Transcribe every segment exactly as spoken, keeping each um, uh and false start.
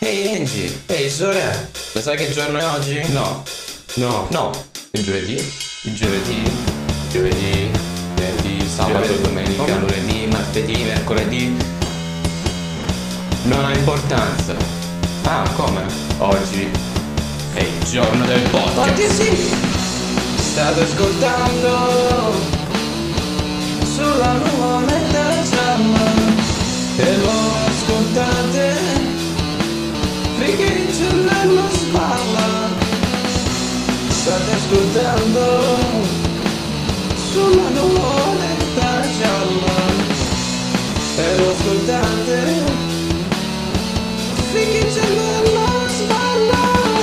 Ehi Angie, ehi Sore, lo sai che giorno è oggi? No, no, No, il giovedì, il giovedì, giovedì, venerdì, sabato, giovedì, domenica, come lunedì, martedì, mercoledì, non ha importanza. ah come? Oggi è il giorno del podcast. Oddio sì! State ascoltando sulla nuvoletta gialla e lo ascoltate finché il cervello spalla. State ascoltando sulla nuvoletta gialla e lo ascoltate finché il cervello spalla.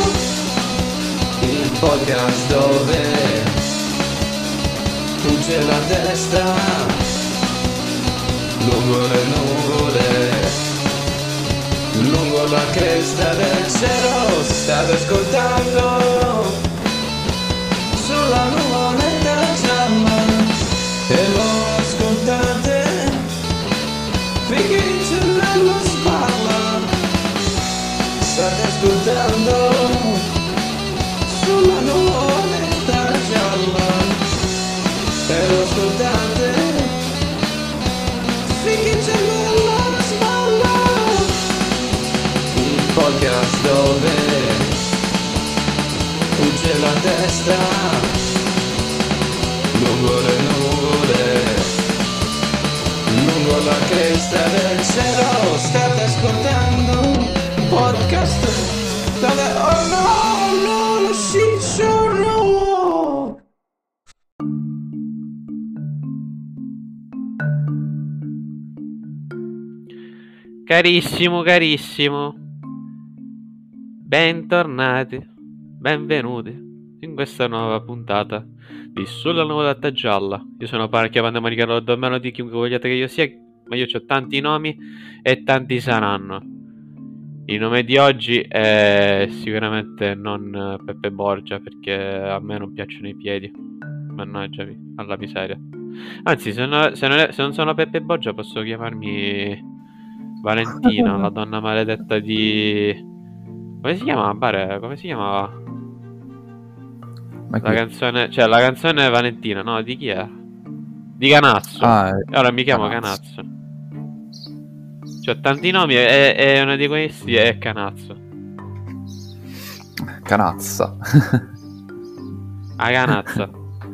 Il podcast dove fugge la testa lungo le nuvole, lungo la cresta del cielo. State ascoltando sulla nuvoletta gialla e lo ascoltate finché il cervello spalla. State ascoltando sulla nuvoletta gialla e lo ascoltate finché il cervello spalla. Il podcast dove fugge la testa lungo le nuvole, lungo la cresta del cielo. State ascoltando podcast dove oh no, no, lo ciccio no. Carissimo, carissimo, bentornati, benvenuti in questa nuova puntata di Sulla Nuvoletta Gialla. Io sono Parchi Vandamanica, lo do meno di chiunque vogliate che io sia, ma io ho tanti nomi e tanti saranno. Il nome di oggi è sicuramente non Peppe Borgia, perché a me non piacciono i piedi, mannaggiami, alla miseria. Anzi, se non, se non, è- se non sono Peppe Borgia posso chiamarmi Valentina, la donna maledetta di... Come si chiama? Pare, come si chiamava? Ma La chi? canzone... Cioè, la canzone Valentina, no? Di chi è? Di Canazzo. Ah, eh, E ora mi chiamo Canazzo. Canazzo. C'ho tanti nomi e, e uno di questi è Canazzo. Canazza. A Canazza.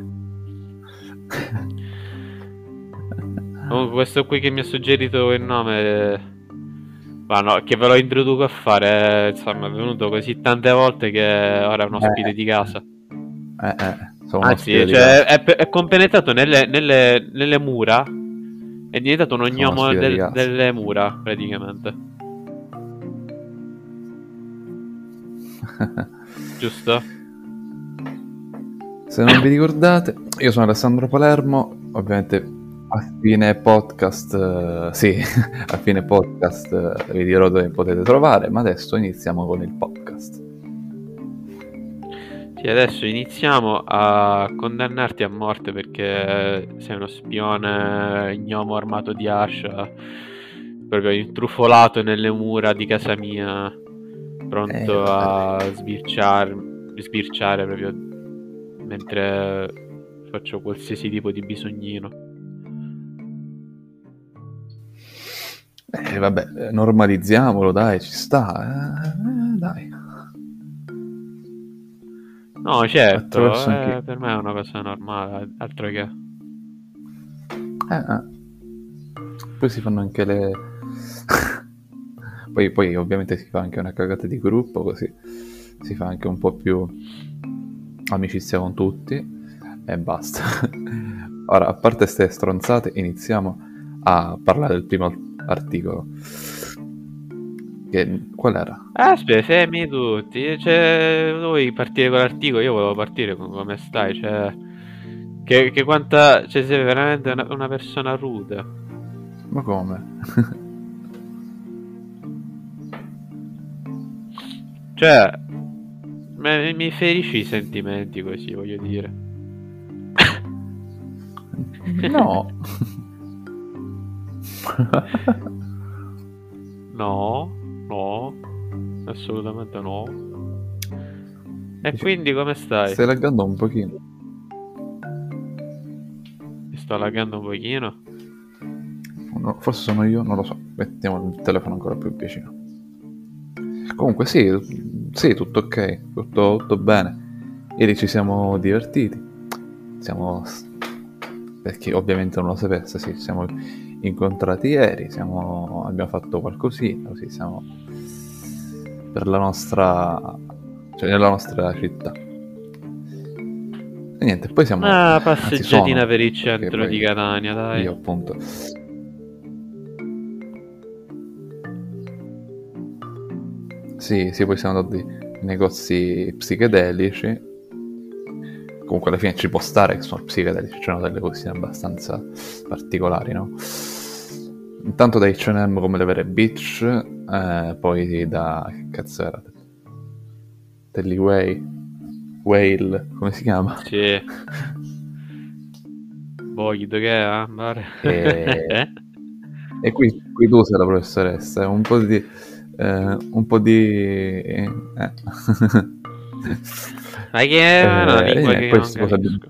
Comunque questo qui che mi ha suggerito il nome... Ma no, che ve lo introduco a fare, eh, insomma, è venuto così tante volte che ora è un ospite Eh. di casa. Eh, eh, sono uno Anzi, ospite di cioè, casa. è, è compenetrato nelle, nelle, nelle mura. È diventato un Sono ognomo ospite di del- casa. delle mura, praticamente. Giusto? Se non vi ricordate, io sono Alessandro Palermo, ovviamente a fine podcast, eh, sì, a fine podcast eh, vi dirò dove mi potete trovare, ma adesso iniziamo con il podcast. Sì, adesso iniziamo a condannarti a morte perché sei uno spione ignomo armato di ascia, proprio intrufolato nelle mura di casa mia, pronto Eh, a sbirciare, sbirciare proprio mentre faccio qualsiasi tipo di bisognino. Eh, vabbè, eh, normalizziamolo, dai, ci sta, eh, eh, dai. No, certo, Attraverso eh, anche- per me è una cosa normale, altro che... Eh, eh. Poi si fanno anche le... poi, poi ovviamente si fa anche una cagata di gruppo, così si fa anche un po' più amicizia con tutti e basta. Ora, a parte ste stronzate, iniziamo a parlare del primo articolo. Che, qual era? Aspetta, fermi tutti, cioè, vuoi partire con l'articolo? Io volevo partire con come stai, cioè... Che, che quanta... Cioè, sei veramente una, una persona rude. Ma come? Cioè... Me- mi ferisci i sentimenti così, voglio dire. No. No, no. Assolutamente no. E quindi come stai? Stai laggando un pochino. Mi sto laggando un pochino. No, forse sono io, non lo so. Mettiamo il telefono ancora più vicino. Comunque sì, sì, tutto ok, tutto, tutto bene. Ieri ci siamo divertiti. Siamo... Per chi ovviamente non lo sapesse, sì, siamo incontrati ieri, siamo... abbiamo fatto qualcosina, così siamo... per la nostra... cioè nella nostra città. E niente, poi siamo... Ah, anzi, passeggiatina sono, per il perché centro poi di Catania, dai. io appunto... Sì, sì, poi siamo andati nei negozi psichedelici. Comunque alla fine ci può stare che sono psichedelici, c'erano delle cose abbastanza particolari, no? Intanto da acca e emme come le vere bitch, eh, poi da... che cazzo era? Telly Way, Whale, come si chiama? Sì. Boh, chi che è, eh? Pare. E, e qui, qui tu sei la professoressa, un po' di... Eh, un po' di... Eh. Ma che è una Eh, lingua e che poi non questa cosa... capisco.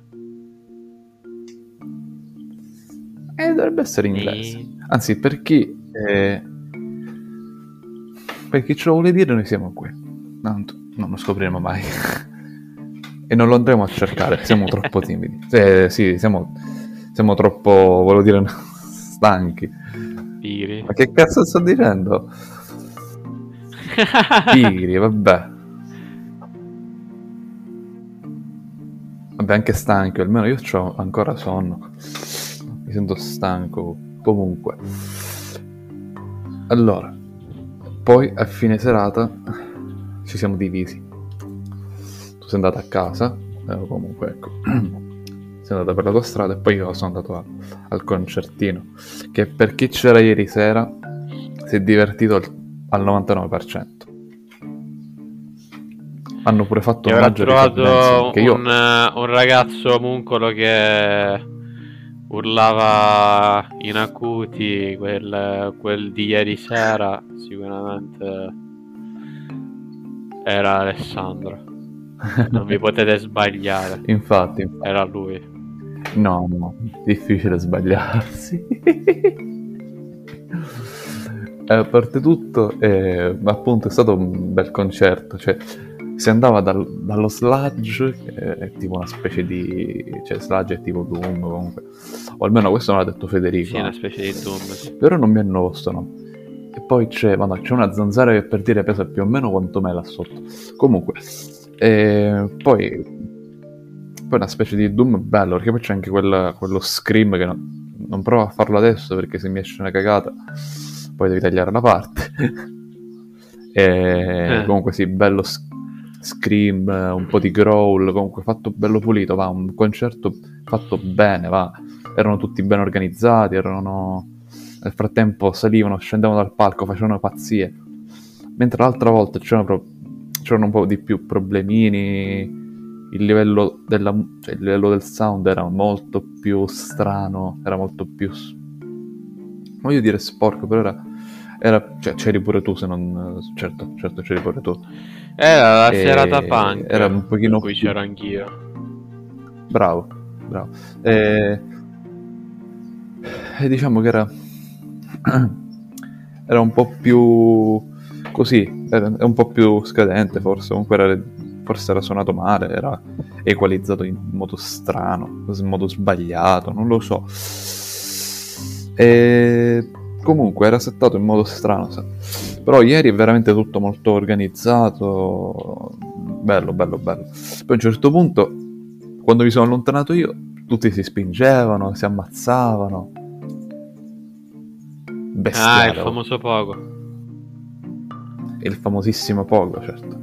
Eh, dovrebbe essere inglese. Sì. Anzi, per chi... Eh, per chi ce lo vuole dire, noi siamo qui. Tanto non lo scopriremo mai. E non lo andremo a cercare, siamo troppo timidi. Eh, sì, siamo, siamo troppo, volevo dire, stanchi. Pigri. Ma che cazzo sto dicendo? Pigri, vabbè. Vabbè, anche stanchi, almeno io ho ancora sonno. Mi sento stanco. Comunque. Allora, poi a fine serata ci siamo divisi. Tu sei andata a casa, eh, comunque ecco, sei andata per la tua strada e poi io sono andato a, al concertino, che per chi c'era ieri sera si è divertito al, al novantanove per cento. Hanno pure fatto Io un avrò omaggio a Richard trovato Branson, che io... un, un ragazzo muncolo che urlava in acuti quel, quel di ieri sera. Sicuramente era Alessandro. Non vi potete sbagliare. Infatti, infatti. Era lui. No, no, difficile sbagliarsi. E a parte tutto, eh, appunto è stato un bel concerto, cioè si andava dal, dallo sludge, che è tipo una specie di... cioè sludge è tipo Doom comunque, o almeno questo me l'ha detto Federico. Sì, una specie di Doom, sì. Però non mi è nuovo sto nome. E poi c'è, madonna, c'è una zanzara che per dire pesa più o meno quanto me là sotto. Comunque, e poi, poi una specie di Doom bello, perché poi c'è anche quella, quello scream che non, non provo a farlo adesso perché se mi esce una cagata poi devi tagliare la parte. E Eh. comunque sì, bello s- scream, un po' di growl, comunque fatto bello pulito, va, un concerto fatto bene, va. Erano tutti ben organizzati, erano... nel frattempo salivano, scendevano dal palco, facevano pazzie. Mentre l'altra volta c'erano, pro- c'erano un po' di più problemini, il livello, della, cioè, il livello del sound era molto più strano, era molto più... non voglio dire sporco, però era... era cioè, c'eri pure tu, se non... certo, certo c'eri pure tu. Era la E serata punk. era un pochino in cui più- c'ero anch'io. Bravo, bravo. E, e diciamo che era era un po' più così, era un po' più scadente forse, comunque era, forse era suonato male, era equalizzato in modo strano, in modo sbagliato, non lo so. E comunque era settato in modo strano, sa. Però ieri è veramente tutto molto organizzato, bello, bello, bello. Poi a un certo punto, quando mi sono allontanato io, tutti si spingevano, si ammazzavano. Bestiale. Ah, il famoso poco. Il famosissimo Pogo, certo.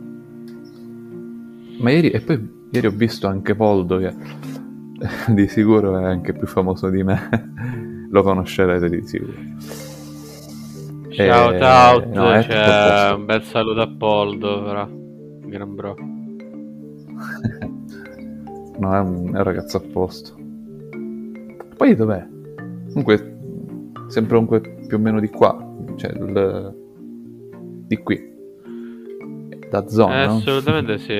Ma ieri, e poi ieri ho visto anche Poldo, che di sicuro è anche più famoso di me. Lo conoscerete di sicuro. Shout E- out, no, è tutto a c'è posto. un bel saluto a Poldo, però. Gran bro. No, è un, è un ragazzo a posto. Poi dov'è? Comunque, sempre comunque più o meno di qua. Cioè, il, di qui. da zona, no? Assolutamente sì.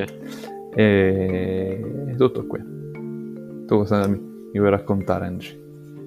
E tutto qui. Tu cosa mi, mi vuoi raccontare, Angie?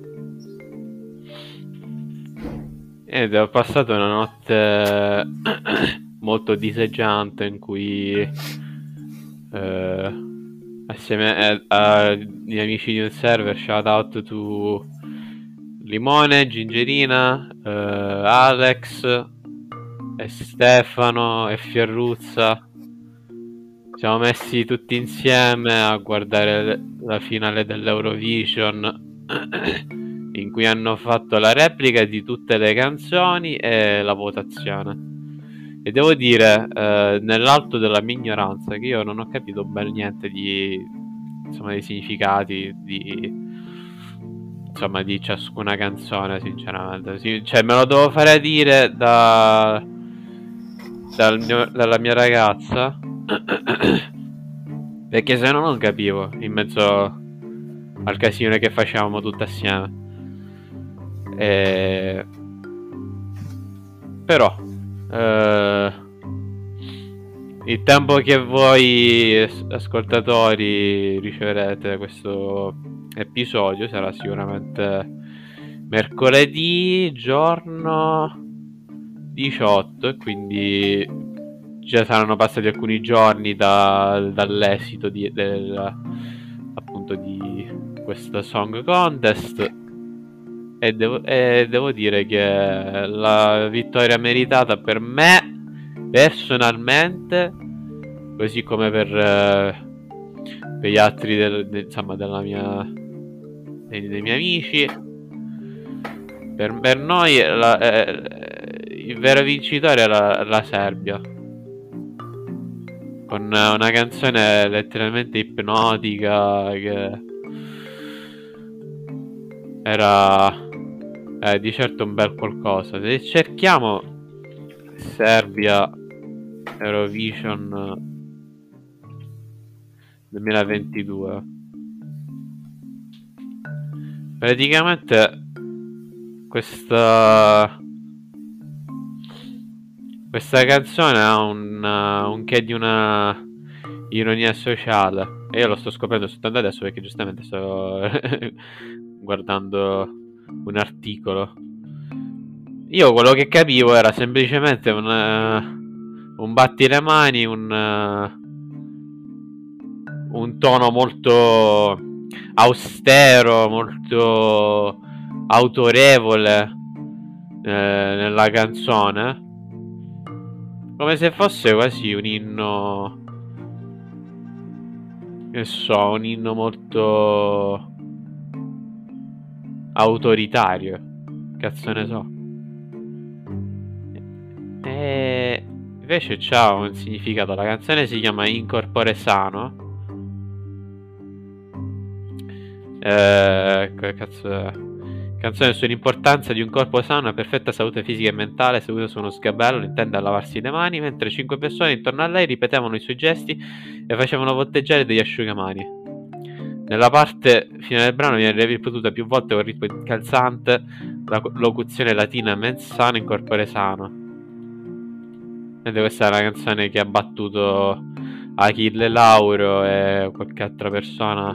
Ed ho passato una notte molto dileggiante in cui eh, assieme agli amici di un server, shout out to Limone, Gingerina, eh, Alex e Stefano e Fierruzza, siamo messi tutti insieme a guardare la finale dell'Eurovision in cui hanno fatto la replica di tutte le canzoni e la votazione. E devo dire, eh, nell'alto della mia ignoranza, che io non ho capito bene niente di, insomma, dei significati di, insomma, di ciascuna canzone, sinceramente. Sì, cioè, me lo devo fare dire da, dal mio, dalla mia ragazza, perché se no non capivo, in mezzo al casino che facevamo tutti assieme. E... però eh, il tempo che voi ascoltatori riceverete questo episodio sarà sicuramente mercoledì giorno diciotto, e quindi già saranno passati alcuni giorni da, dall'esito di, del, appunto di questo Song Contest. E devo, e devo dire che la vittoria meritata per me personalmente, così come per, eh, per gli altri del, de, insomma, della mia, dei, dei miei amici, per, per noi la, eh, il vero vincitore è la, la Serbia, con una canzone letteralmente ipnotica che era eh, di certo un bel qualcosa. Se cerchiamo Serbia Eurovision duemilaventidue, praticamente questa questa canzone ha un, uh, un che di una ironia sociale, e io lo sto scoprendo soltanto adesso perché giustamente sto guardando un articolo. Io quello che capivo era semplicemente un, uh, un batti le mani, un, uh, un tono molto austero, molto autorevole eh, nella canzone, come se fosse quasi un inno, che so, un inno molto autoritario, cazzo ne so. E invece c'ha un significato. La canzone si chiama In Corpore Sano. Eh, che cazzo è? Canzone sull'importanza di un corpo sano e perfetta salute fisica e mentale. Seduta su uno sgabello, intende a lavarsi le mani, mentre cinque persone intorno a lei ripetevano i suoi gesti e facevano volteggiare degli asciugamani. Nella parte finale del brano viene ripetuta più volte con ritmo incalzante la locuzione latina mens sano in corpore sano. Mentre questa è la canzone che ha battuto Achille Lauro e qualche altra persona,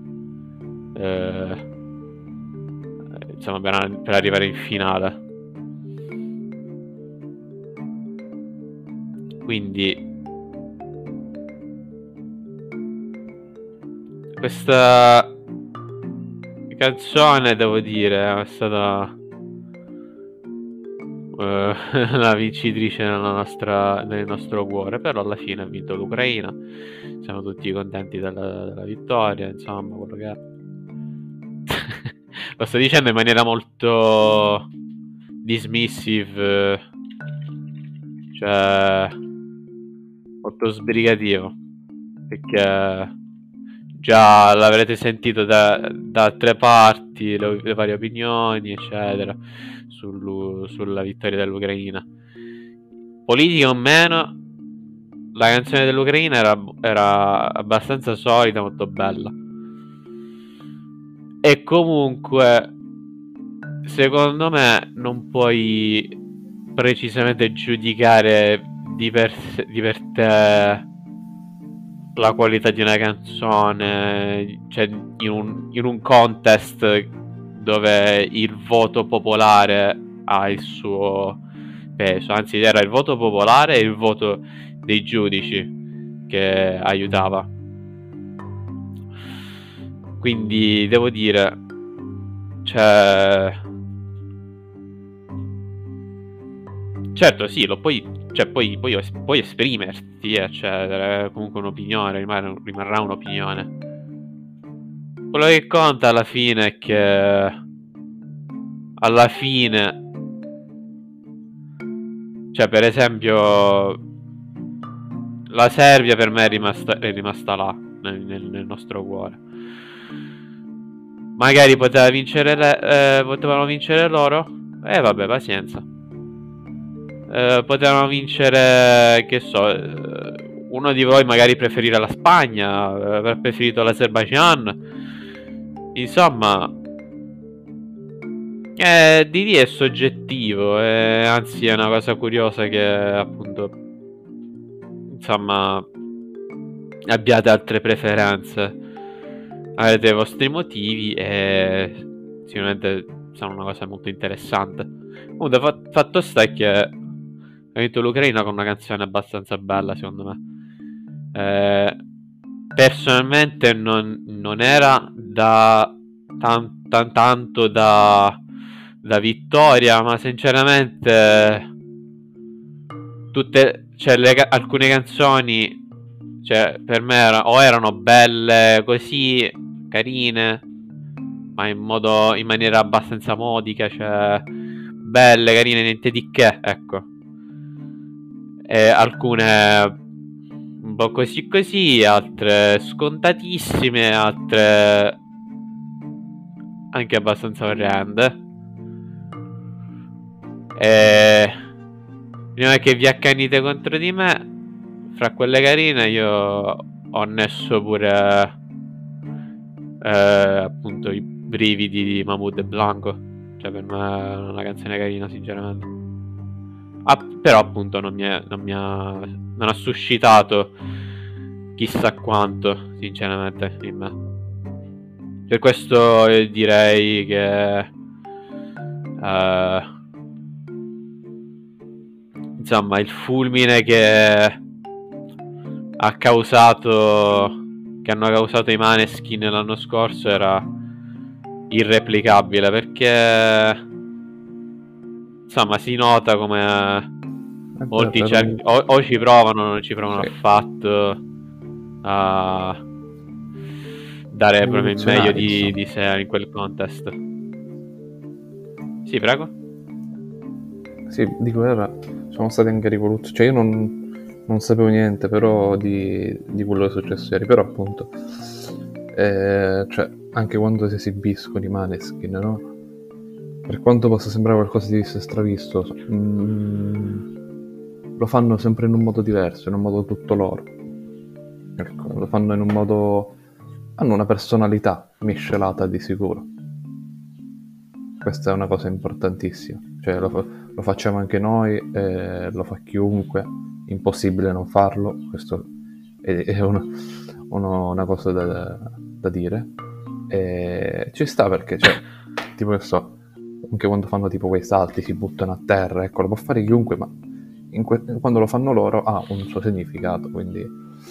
eh, insomma, per, per arrivare in finale. Quindi questa canzone, devo dire, è stata uh, la vincitrice nella nostra, nel nostro cuore. Però alla fine ha vinto l'Ucraina, siamo tutti contenti della, della vittoria, insomma, quello che è. Lo sto dicendo in maniera molto dismissive, cioè molto sbrigativo, perché già l'avrete sentito da, da altre parti, le, le varie opinioni, eccetera, sul, sulla vittoria dell'Ucraina. Politica o meno, la canzone dell'Ucraina era, era abbastanza solida, molto bella. E comunque, secondo me, non puoi precisamente giudicare di per, sé- di per te la qualità di una canzone, cioè in un, in un contest dove il voto popolare ha il suo peso, anzi era il voto popolare e il voto dei giudici che aiutava. Quindi devo dire, cioè, certo sì, lo puoi, cioè, puoi, puoi, es- puoi esprimerti, eccetera, è comunque un'opinione, rimane- rimarrà un'opinione. Quello che conta alla fine è che alla fine, cioè per esempio la Serbia per me è rimasta, è rimasta là nel, nel- nel nostro cuore. Magari poteva vincere le- eh, potevano vincere loro, e vabbè, pazienza. Eh, potevano vincere, che so, eh, uno di voi magari preferire la Spagna, eh, aver preferito l'Azerbaijan. Insomma, eh, di lì è soggettivo, e anzi è una cosa curiosa che appunto, insomma, abbiate altre preferenze, avete i vostri motivi e sicuramente sono una cosa molto interessante. Comunque, fa- fatto sta che ha vinto l'Ucraina con una canzone abbastanza bella, secondo me. Eh, personalmente non, non era da tan- tan- tanto da, da vittoria, ma sinceramente tutte, cioè, le ca- alcune canzoni, cioè, per me era- o erano belle così, carine, ma in modo, in maniera abbastanza modica, cioè belle, carine, niente di che, ecco. E alcune un po' così così, altre scontatissime, altre anche abbastanza orrende. E prima che vi accanite contro di me, fra quelle carine io ho messo pure eh, appunto i brividi di Mahmood e Blanco. Cioè per me è una canzone carina, sinceramente. Ah, però appunto non mi, è, non mi ha non ha suscitato chissà quanto, sinceramente, in me. Per questo eh, direi che eh, insomma il fulmine che ha causato che hanno causato i Maneskin l'anno scorso era irreplicabile, perché insomma si nota come È molti vero, cer- o, o ci provano o non ci provano Sì. affatto a dare proprio il meglio rivoluzionari, di, insomma. di sé in quel contest. Sì, prego. Sì, dico, era, sono stati anche rivoluzionari. Cioè io non, non sapevo niente però di, di quello che è successo ieri, però appunto eh, cioè anche quando si esibiscono i Maneskin, no? Per quanto possa sembrare qualcosa di stravisto, mm, lo fanno sempre in un modo diverso, in un modo tutto loro. Ecco, lo fanno in un modo... hanno una personalità miscelata di sicuro. Questa è una cosa importantissima. Cioè lo, fa- lo facciamo anche noi, eh, lo fa chiunque, impossibile non farlo, questo è, è una, uno- una cosa da, da dire. E ci sta perché, cioè, tipo che so, anche quando fanno tipo quei salti, si buttano a terra, ecco, lo può fare chiunque, ma in que- quando lo fanno loro ha un suo significato, quindi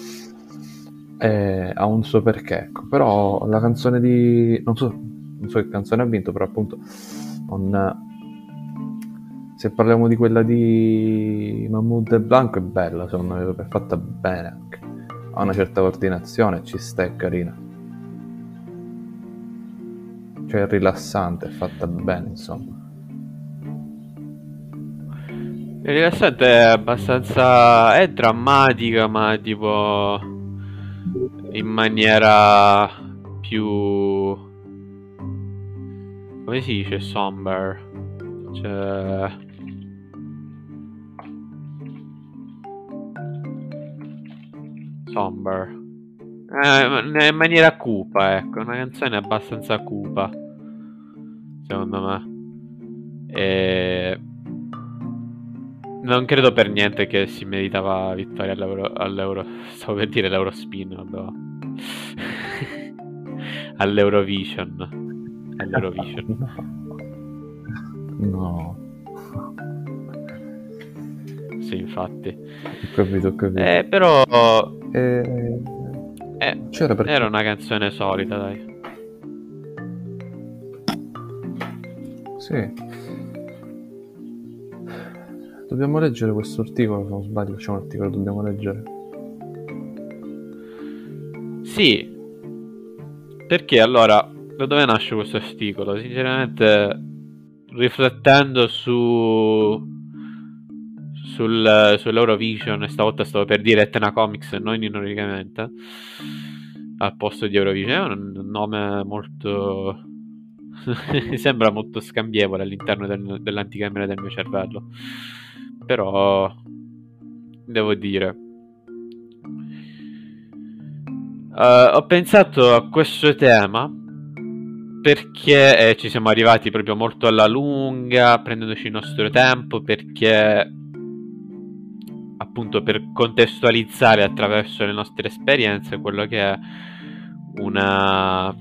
eh, ha un suo perché, ecco. Però la canzone di... non so, non so che canzone ha vinto, però appunto non... se parliamo di quella di Mahmood e Blanco è bella, secondo me, è fatta bene anche. Ha una certa coordinazione, ci sta, è carina. Cioè è rilassante, è fatta bene, insomma. Il rilassante è abbastanza... è drammatica, ma tipo in maniera più... come si dice? Somber. Cioè... somber. Eh, in maniera cupa, ecco. Una canzone abbastanza cupa, secondo me. E... non credo per niente che si meritava vittoria all'Euro, all'Euro stavo per dire l'Eurospin, vabbè. all'Eurovision. All'Eurovision. No. Sì, infatti. Ho capito, ho capito. Eh, però Eh, eh, c'era perché... era una canzone solita, dai. Sì. Dobbiamo leggere questo articolo, se non sbaglio, c'è un articolo che dobbiamo leggere. Sì, perché allora, da dove nasce questo articolo? Sinceramente, riflettendo su sul, sull'Eurovision, e stavolta stavo per dire Etna Comics e non ironicamente, al posto di Eurovision, è un nome molto... mi sembra molto scambievole all'interno del, dell'anticamera del mio cervello, però devo dire... Uh, ho pensato a questo tema perché eh, ci siamo arrivati proprio molto alla lunga, prendendoci il nostro tempo, perché appunto per contestualizzare attraverso le nostre esperienze quello che è una,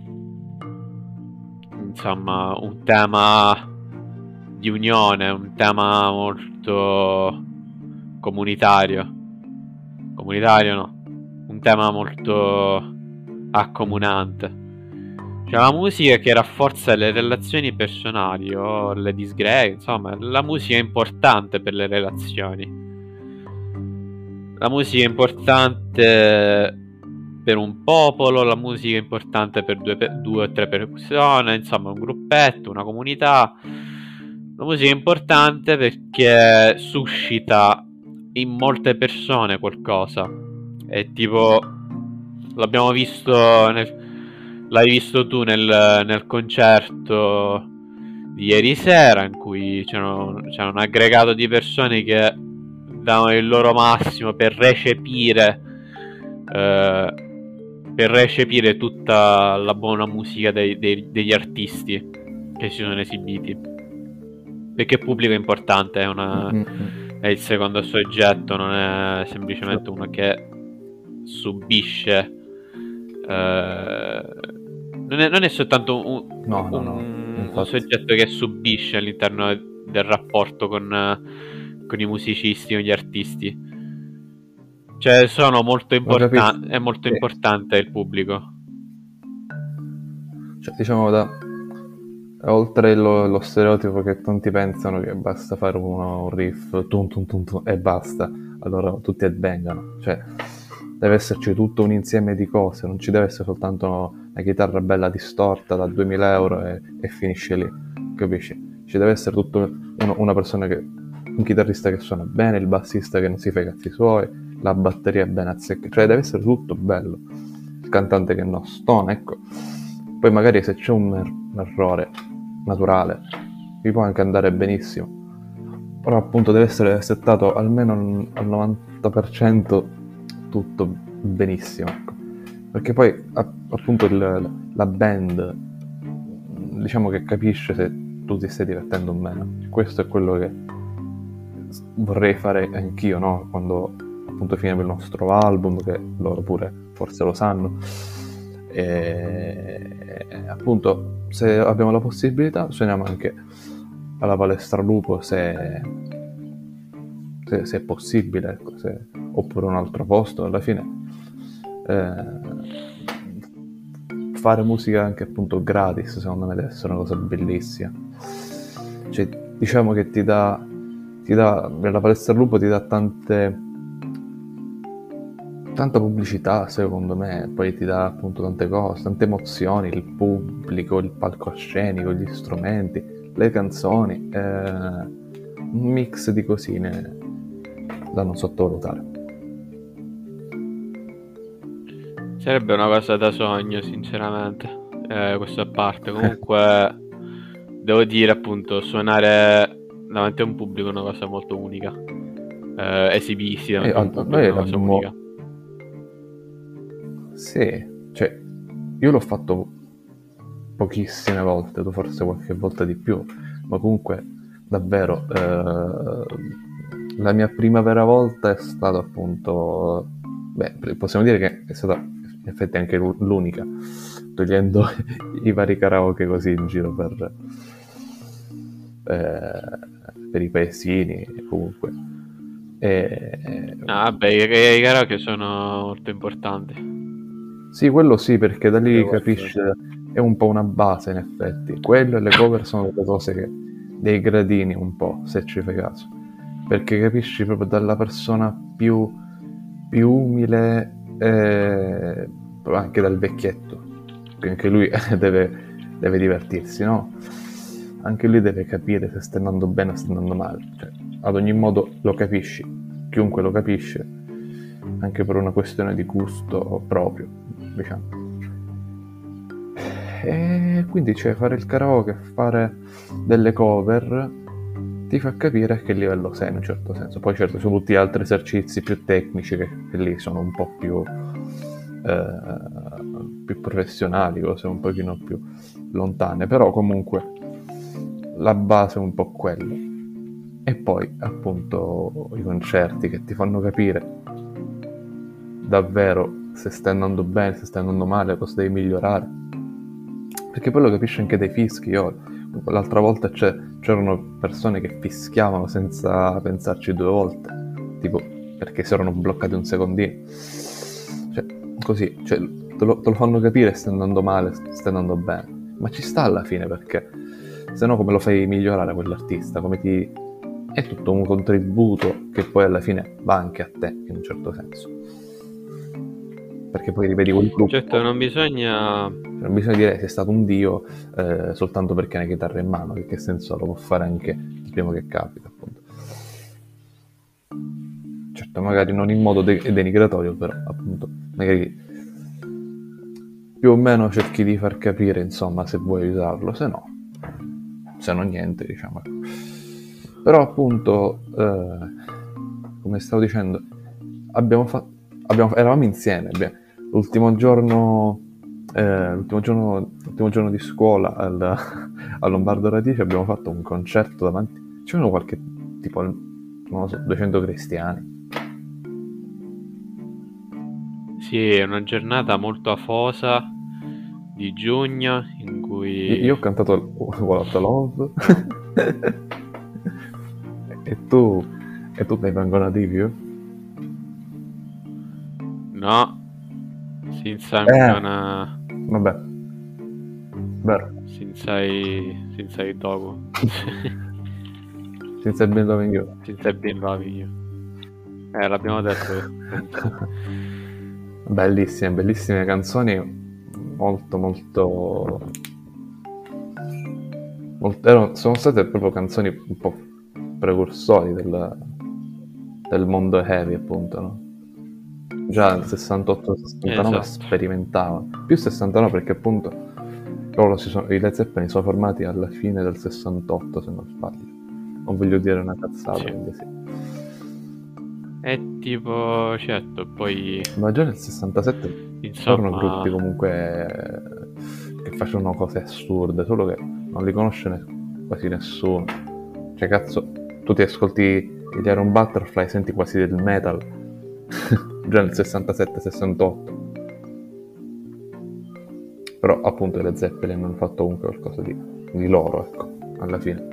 insomma, un tema di unione, un tema molto comunitario. Comunitario no, un tema molto accomunante. C'è la musica che rafforza le relazioni personali o le disgregazioni, insomma, la musica è importante per le relazioni. La musica è importante per un popolo, la musica è importante per due, per due o tre persone, insomma, un gruppetto, una comunità. La musica è importante perché suscita in molte persone qualcosa. È tipo, l'abbiamo visto nel, l'hai visto tu nel, nel concerto di ieri sera, in cui c'era un, c'era un aggregato di persone che davano il loro massimo per recepire eh, per recepire tutta la buona musica dei, dei, degli artisti che si sono esibiti, perché il pubblico è importante, è una Mm-hmm. è il secondo soggetto, non è semplicemente uno che subisce, eh, non, è, non è soltanto un, No, no, no, un, infatti. un soggetto che subisce all'interno del rapporto con, con i musicisti, con gli artisti. Cioè sono molto importanti, è molto sì. importante il pubblico. Cioè, diciamo, da oltre lo, lo stereotipo che tanti pensano che basta fare uno, un riff tum, tum, tum, tum, e basta, allora tutti advengano. Cioè, deve esserci tutto un insieme di cose, non ci deve essere soltanto una chitarra bella distorta da duemila euro e, e finisce lì, capisci? Ci deve essere tutto uno, una persona che, un chitarrista che suona bene, il bassista che non si fa i cazzi suoi, la batteria è ben azzeccata, cioè deve essere tutto bello, il cantante che non stona, ecco. Poi magari se c'è un, er- un errore naturale vi può anche andare benissimo, però appunto deve essere settato almeno al novanta per cento tutto benissimo, ecco. Perché poi a- appunto il, la band, diciamo che capisce se tu ti stai divertendo o meno. Questo è quello che vorrei fare anch'io, no? Quando appunto finiamo il nostro album, che loro pure forse lo sanno, e appunto se abbiamo la possibilità suoniamo anche alla Palestra Lupo, se, se, se è possibile, ecco, se, oppure un altro posto. Alla fine eh, fare musica anche appunto gratis secondo me deve essere una cosa bellissima. Cioè, diciamo che ti dà ti dà la Palestra Lupo ti dà tante tanta pubblicità, secondo me, poi ti dà appunto tante cose, tante emozioni, il pubblico, il palcoscenico, gli strumenti, le canzoni, eh, un mix di cosine da non sottovalutare. Sarebbe una cosa da sogno, sinceramente, eh, questo a parte. Comunque devo dire, appunto, suonare davanti a un pubblico è una cosa molto unica, eh, esibirsi davanti Eh, a un a- pubblico noi è una cosa abbiamo- unica. Sì, cioè io l'ho fatto pochissime volte, tu forse qualche volta di più, ma comunque davvero eh, la mia prima vera volta è stata appunto, beh, possiamo dire che è stata in effetti anche l'unica, togliendo i vari karaoke così in giro per, eh, per i paesini comunque. E... Ah, vabbè, i, i karaoke sono molto importanti. Sì, quello sì, perché da lì Devo capisci, è un po' una base in effetti. Quello e le cover sono delle cose che, dei gradini un po', se ci fai caso. Perché capisci proprio dalla persona più, più umile, eh, anche dal vecchietto, che anche lui deve, deve divertirsi, no? Anche lui deve capire se sta andando bene o sta andando male. Cioè, ad ogni modo lo capisci, chiunque lo capisce, anche per una questione di gusto proprio, diciamo. E quindi cioè, fare il karaoke, fare delle cover ti fa capire a che livello sei in un certo senso. Poi certo ci sono tutti altri esercizi più tecnici che, che lì sono un po' più eh, più professionali, cose un pochino più lontane, però comunque la base è un po' quella. E poi appunto i concerti che ti fanno capire davvero se stai andando bene, se stai andando male, cosa devi migliorare, perché poi lo capisci anche dai fischi. Io l'altra volta c'è, c'erano persone che fischiavano senza pensarci due volte, tipo perché si erano bloccati un secondino, cioè così, cioè, te, lo, te lo fanno capire se stai andando male, se stai andando bene, ma ci sta alla fine, perché se no come lo fai migliorare quell'artista, come ti... è tutto un contributo che poi alla fine va anche a te in un certo senso, perché poi rivedi quel gruppo. Certo, non bisogna non bisogna dire che è stato un dio eh, soltanto perché ha una chitarra in mano, che, che senso lo può fare anche il primo che capita, appunto. Certo, magari non in modo de- denigratorio, però appunto magari più o meno cerchi di far capire, insomma, se vuoi usarlo, se no se no niente, diciamo. Però appunto eh, come stavo dicendo, abbiamo fatto abbiamo, eravamo insieme, abbiamo, l'ultimo giorno eh, l'ultimo giorno l'ultimo giorno di scuola al, a Lombardo Radice abbiamo fatto un concerto davanti, c'erano qualche tipo non lo so, duecento cristiani. Sì, è una giornata molto afosa di giugno in cui io, io ho cantato What a Love e tu e tu dai vengono a Divio? no, senza Eh. una Vabbè, vero, senza i senza i dogo senza il Ben Loving You. senza il Ben Loving You. Eh, l'abbiamo detto. Bellissime, bellissime canzoni, molto molto, molto erano, sono state proprio canzoni un po' precursori del, del mondo heavy, appunto, no? Già nel sessantotto sessantanove Esatto. sperimentavano, più sessantanove perché appunto loro si sono, i Led Zeppelin sono formati alla fine del sessantotto, se non sbaglio, non voglio dire una cazzata, Sì. quindi sì. È tipo, certo, poi Ma già nel sessantasette insomma c'erano gruppi comunque che facevano cose assurde, solo che non li conosce ne- quasi nessuno. Cioè cazzo, tu ti ascolti gli Iron Butterfly, senti quasi del metal già nel sessantasette sessantotto. Però appunto i Led Zeppelin hanno fatto comunque qualcosa di, di loro, ecco, alla fine.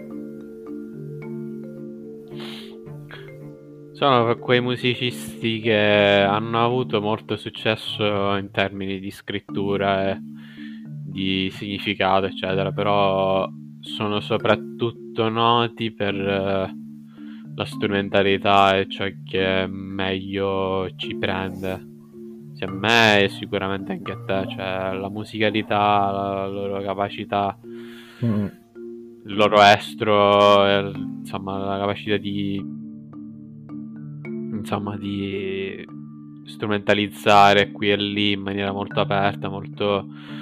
sono quei musicisti che hanno avuto molto successo in termini di scrittura e di significato, eccetera, però sono soprattutto noti per eh, la strumentalità e ciò che meglio ci prende, sia a me e sicuramente anche a te, cioè la musicalità, la loro capacità, Mm. il loro estro, e, insomma la capacità di insomma di strumentalizzare qui e lì in maniera molto aperta, molto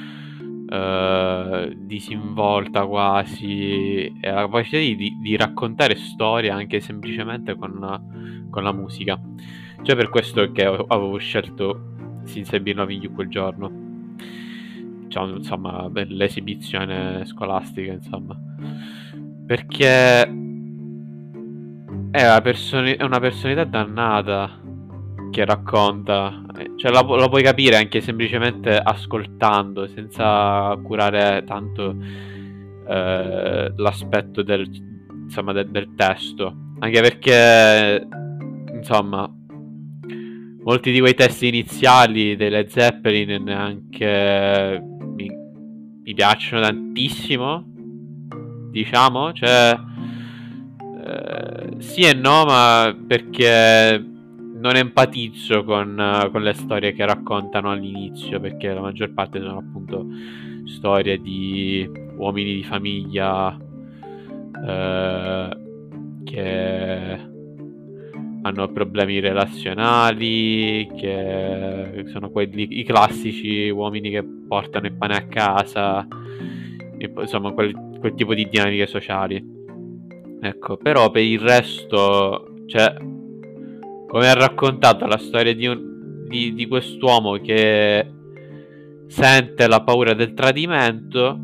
eh, disinvolta quasi, e la capacità di, di- di raccontare storie anche semplicemente con, con la musica. Cioè per questo che ho- avevo scelto Since I've Been Loving You quel giorno, diciamo, insomma, per l'esibizione scolastica, insomma, perché è una, personi- è una personalità dannata che racconta, cioè la, pu- la puoi capire anche semplicemente ascoltando, senza curare tanto eh, l'aspetto del, insomma, de- del testo, anche perché insomma molti di quei testi iniziali delle Zeppelin neanche mi, mi piacciono tantissimo, diciamo, cioè eh, sì e no, ma perché non empatizzo con, con le storie che raccontano all'inizio, perché la maggior parte sono appunto storie di uomini di famiglia eh, che hanno problemi relazionali, che sono quelli, i classici uomini che portano il pane a casa, e poi, insomma quel, quel tipo di dinamiche sociali. Ecco, però per il resto, cioè, come ha raccontato la storia di, un, di, di quest'uomo che sente la paura del tradimento,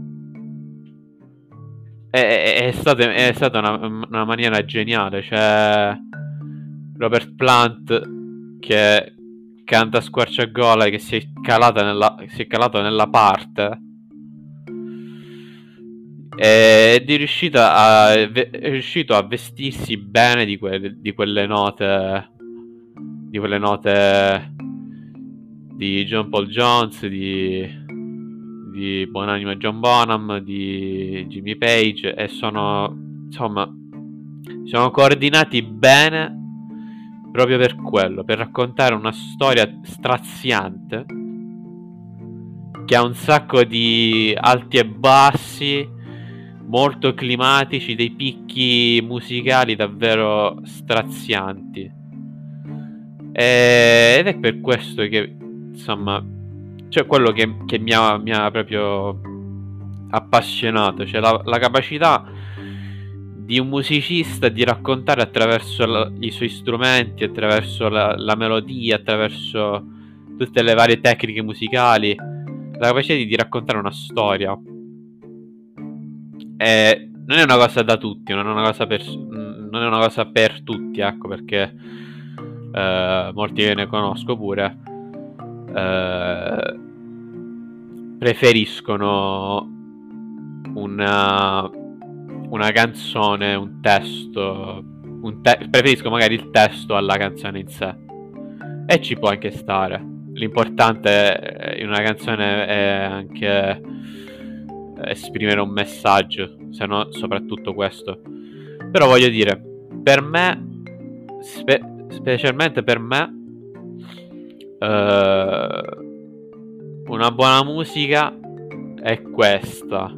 è, è stata, è stata una, una maniera geniale, cioè Robert Plant che canta a squarciagola, che si è calata nella, si è calato nella parte ed è riuscito a, è riuscito a vestirsi bene di, que, di quelle note di quelle note di John Paul Jones, di, di Buonanima John Bonham, di Jimmy Page, e sono insomma sono coordinati bene proprio per quello, per raccontare una storia straziante che ha un sacco di alti e bassi, molto climatici, dei picchi musicali davvero strazianti. E, ed è per questo che, insomma, cioè quello che, che mi, ha, mi ha proprio appassionato, cioè la, la capacità di un musicista di raccontare attraverso la, i suoi strumenti, attraverso la, la melodia, attraverso tutte le varie tecniche musicali, la capacità di, di raccontare una storia. E non è una cosa da tutti, non è una cosa per, non è una cosa per tutti, ecco, perché eh, molti ne conosco pure eh, preferiscono una, una canzone, un testo, un te- preferisco magari il testo alla canzone in sé, e ci può anche stare. L'importante in una canzone è anche esprimere un messaggio, se no soprattutto questo. Però voglio dire, per me, spe- specialmente per me, eh, una buona musica è questa.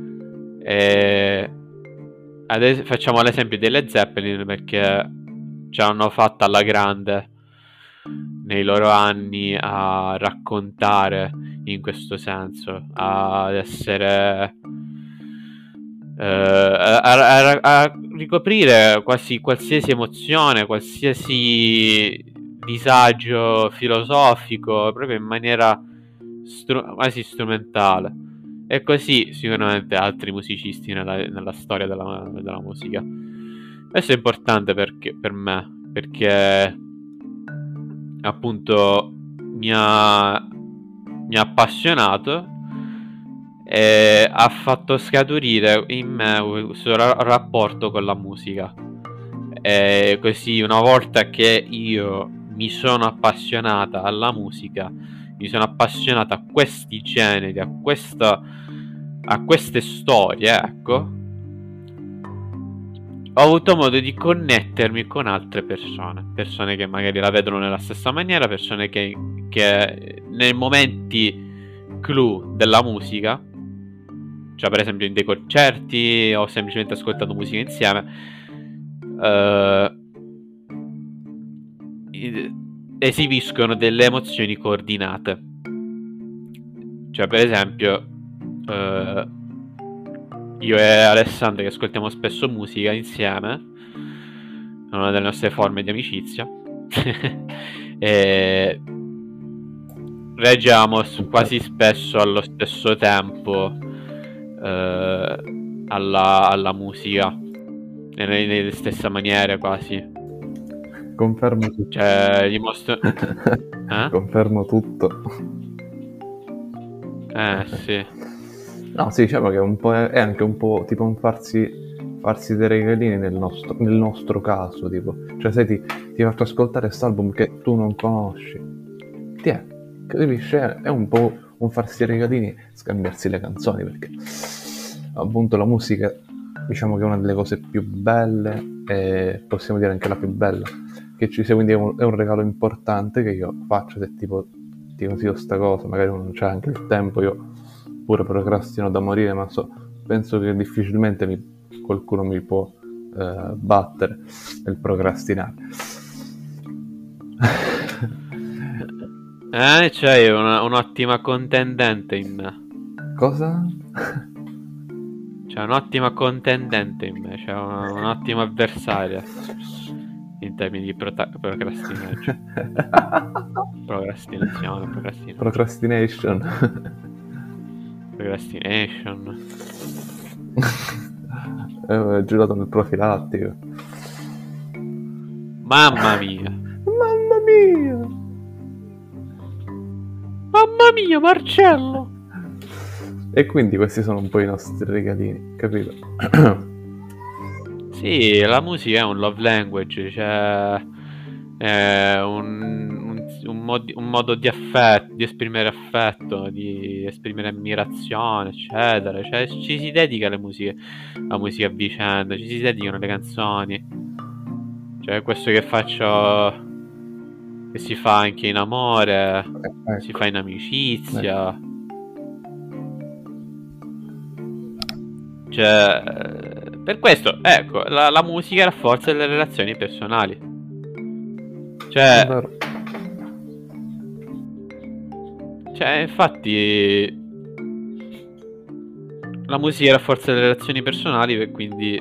E adesso facciamo l'esempio delle Zeppelin, perché ce l'hanno fatta alla grande nei loro anni a raccontare in questo senso, ad essere eh, a, a, a ricoprire quasi qualsiasi emozione, qualsiasi disagio filosofico, proprio in maniera stru- quasi strumentale. E così sicuramente altri musicisti nella, nella storia della, della musica. Questo è importante perché, per me, perché appunto mi ha, mi ha appassionato e ha fatto scaturire in me questo ra- rapporto con la musica. E così, una volta che io mi sono appassionata alla musica, mi sono appassionata a questi generi, a questa, a queste storie, ecco, ho avuto modo di connettermi con altre persone, persone che magari la vedono nella stessa maniera, persone che, che nei momenti clou della musica, cioè per esempio in dei concerti o semplicemente ascoltando musica insieme, eh, esibiscono delle emozioni coordinate. Cioè per esempio eh, io e Alessandro, che ascoltiamo spesso musica insieme, una delle nostre forme di amicizia, e reggiamo quasi spesso allo stesso tempo eh, alla, alla musica. nelle, nelle stessa maniera quasi. Confermo tutto. Cioè, gli mostro... Eh? Confermo tutto. Eh, sì. No, sì, diciamo che è, un po', è anche un po' tipo un farsi, farsi dei regalini nel nostro, nel nostro caso, tipo. Cioè, se ti, ti faccio ascoltare quest'album che tu non conosci, ti è, capisci? È un po' un farsi dei regalini, scambiarsi le canzoni, perché appunto la musica, diciamo che è una delle cose più belle, e possiamo dire anche la più bella che ci sia, quindi è un, è un regalo importante che io faccio. Se tipo ti consiglio sta cosa, magari non c'è anche il tempo, io pure procrastino da morire, ma so, penso che difficilmente mi, qualcuno mi può eh, battere nel procrastinare. Eh, c'hai una, un'ottima contendente in me. Cosa? C'è un'ottima contendente in me, c'è una, un'ottima avversaria in termini di prota- procrastinaggio. Procrastinazione, procrastinazione. Procrastination. Procrastination. Ho girato nel profilattico. Mamma mia. Mamma mia. Mamma mia, Marcello. E quindi questi sono un po' i nostri regalini, capito? Sì, la musica è un love language, cioè è un, un, un, mod- un modo di affetto, di esprimere affetto, di esprimere ammirazione, eccetera. Cioè ci si dedica alle musiche, la musica a vicenda, ci si dedicano le canzoni. Cioè questo che faccio, che si fa anche in amore, Ecco. si fa in amicizia. Cioè, per questo, ecco, la, la musica rafforza le relazioni personali. È Cioè, vero. cioè, infatti, la musica rafforza le relazioni personali e quindi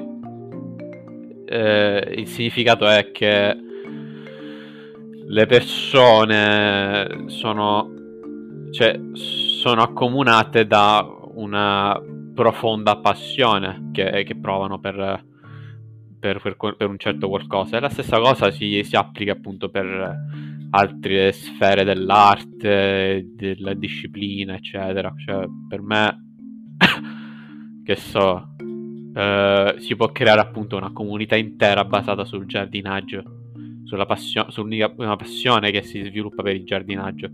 eh, il significato è che le persone sono, cioè, sono accomunate da una profonda passione che, che provano per, per, per, per un certo qualcosa. E la stessa cosa si, si applica appunto per altre sfere dell'arte, della disciplina, eccetera. Cioè, per me, che so, eh, si può creare appunto una comunità intera basata sul giardinaggio, sulla passio- su una passione che si sviluppa per il giardinaggio.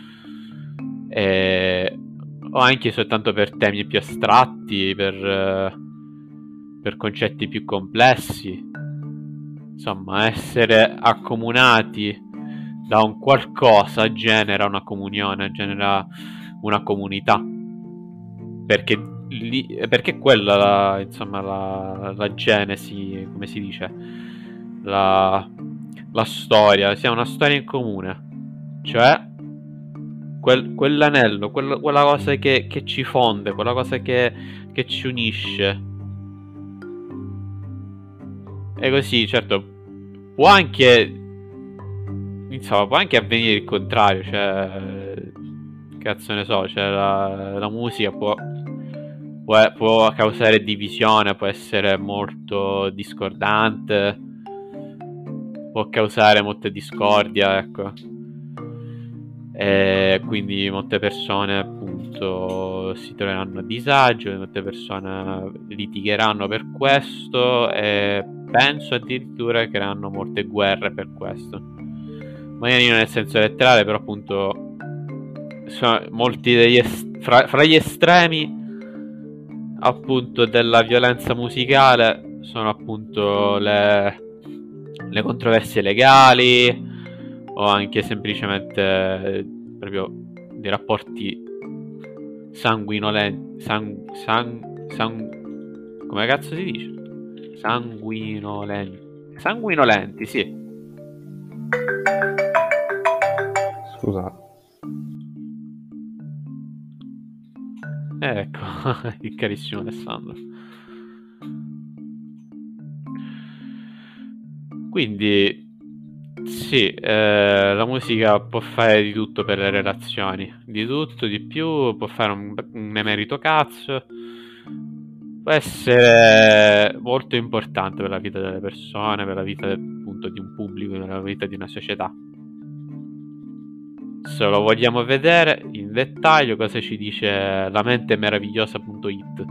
E o anche soltanto per temi più astratti, per, eh, per concetti più complessi. Insomma, essere accomunati da un qualcosa genera una comunione, genera una comunità. Perché lì, perché quella la, insomma, la, la genesi, come si dice, la, la storia, sia una storia in comune. Cioè Quel, quell'anello, quella, quella cosa che, che ci fonde, quella cosa che, che ci unisce. E così, certo, può anche, insomma, può anche avvenire il contrario, cioè, cazzo ne so, cioè la, la musica può, può, può causare divisione, può essere molto discordante, può causare molta discordia, ecco. E quindi molte persone appunto si troveranno a disagio, molte persone litigheranno per questo e penso addirittura creeranno molte guerre per questo. Magari non nel senso letterale, però appunto sono molti degli est- fra, fra gli estremi appunto della violenza musicale sono appunto le, le controversie legali, o anche semplicemente proprio dei rapporti sanguinolenti, sang, sang, sang, come cazzo si dice? Sanguinolenti, sanguinolenti, sì. Scusa. Ecco, il carissimo Alessandro. Quindi sì, eh, la musica può fare di tutto per le relazioni, di tutto, di più, può fare un, un emerito cazzo, può essere molto importante per la vita delle persone, per la vita appunto di un pubblico, per la vita di una società. Se lo vogliamo vedere in dettaglio, cosa ci dice la mente meravigliosa punto it,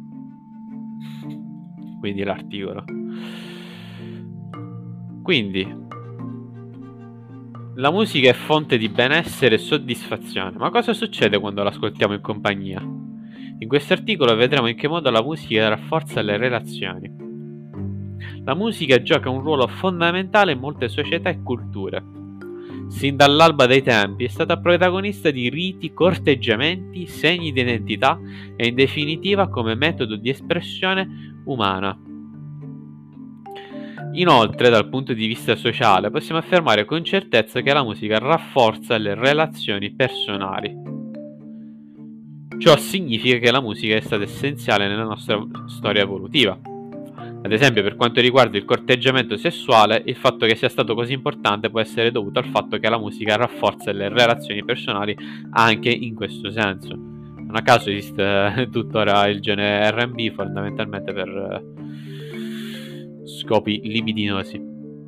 quindi l'articolo. Quindi la musica è fonte di benessere e soddisfazione. Ma cosa succede quando l'ascoltiamo in compagnia? In questo articolo vedremo in che modo la musica rafforza le relazioni. La musica gioca un ruolo fondamentale in molte società e culture. Sin dall'alba dei tempi è stata protagonista di riti, corteggiamenti, segni di identità e in definitiva come metodo di espressione umana. Inoltre, dal punto di vista sociale, possiamo affermare con certezza che la musica rafforza le relazioni personali. Ciò significa che la musica è stata essenziale nella nostra storia evolutiva. Ad esempio, per quanto riguarda il corteggiamento sessuale, il fatto che sia stato così importante può essere dovuto al fatto che la musica rafforza le relazioni personali anche in questo senso. Non a caso esiste tuttora il genere erre and bi fondamentalmente per scopi libidinosi.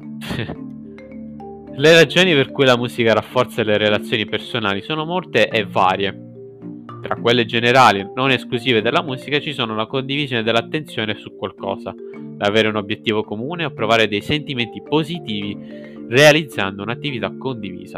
Le ragioni per cui la musica rafforza le relazioni personali sono molte e varie. Tra quelle generali, non esclusive della musica, ci sono la condivisione dell'attenzione su qualcosa, l'avere un obiettivo comune o provare dei sentimenti positivi realizzando un'attività condivisa.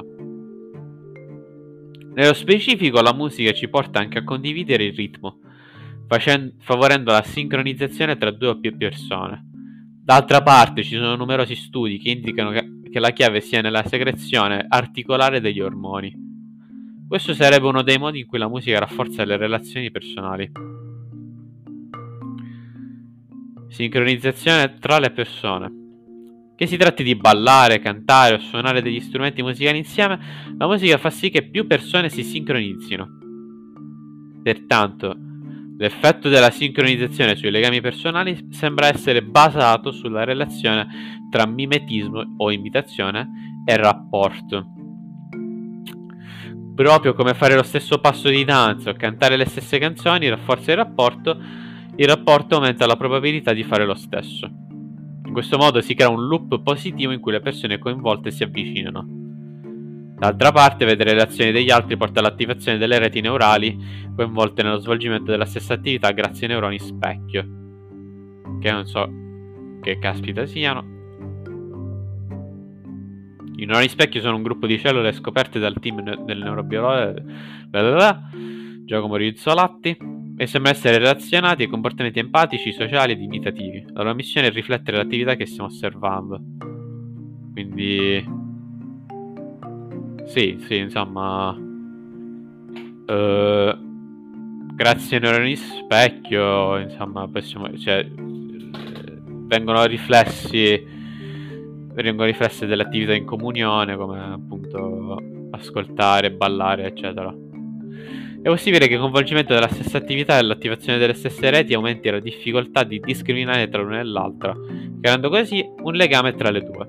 Nello specifico, la musica ci porta anche a condividere il ritmo, facendo, favorendo la sincronizzazione tra due o più persone. D'altra parte, ci sono numerosi studi che indicano che, che la chiave sia nella secrezione articolare degli ormoni. Questo sarebbe uno dei modi in cui la musica rafforza le relazioni personali. Sincronizzazione tra le persone. Che si tratti di ballare, cantare o suonare degli strumenti musicali insieme, la musica fa sì che più persone si sincronizzino. Pertanto, l'effetto della sincronizzazione sui legami personali sembra essere basato sulla relazione tra mimetismo o imitazione e rapporto. Proprio come fare lo stesso passo di danza o cantare le stesse canzoni rafforza il rapporto, il rapporto aumenta la probabilità di fare lo stesso. In questo modo si crea un loop positivo in cui le persone coinvolte si avvicinano. D'altra parte, vedere le azioni degli altri porta all'attivazione delle reti neurali coinvolte nello svolgimento della stessa attività grazie ai neuroni specchio, che non so che caspita siano. I neuroni specchio sono un gruppo di cellule scoperte dal team ne- del neurobiologo Giacomo Rizzolatti e sembrano essere relazionati ai comportamenti empatici, sociali ed imitativi. La loro missione è riflettere l'attività che stiamo osservando. Quindi sì, sì, insomma eh, grazie ai neuroni specchio, insomma, possiamo, cioè, vengono riflessi vengono riflesse delle attività in comunione, come appunto ascoltare, ballare, eccetera. È possibile che il coinvolgimento della stessa attività e l'attivazione delle stesse reti aumenti la difficoltà di discriminare tra l'una e l'altra, creando così un legame tra le due.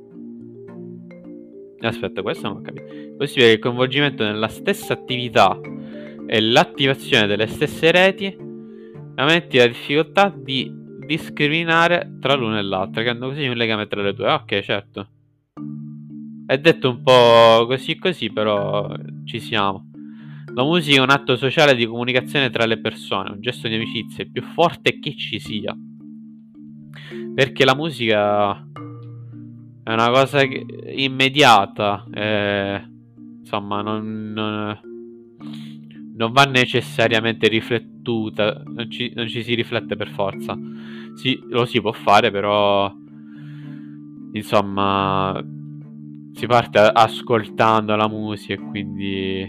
Aspetta, questo non ho capito. È possibile che il coinvolgimento nella stessa attività e l'attivazione delle stesse reti aumenti la difficoltà di discriminare tra l'una e l'altra, creando così un legame tra le due. Ok, certo. È detto un po' così così, però ci siamo. La musica è un atto sociale di comunicazione tra le persone, un gesto di amicizia il più forte che ci sia. Perché la musica è una cosa che, immediata, eh, insomma, non, non, non va necessariamente riflettuta, non ci, non ci si riflette per forza. Sì, lo si può fare, però insomma si parte ascoltando la musica e quindi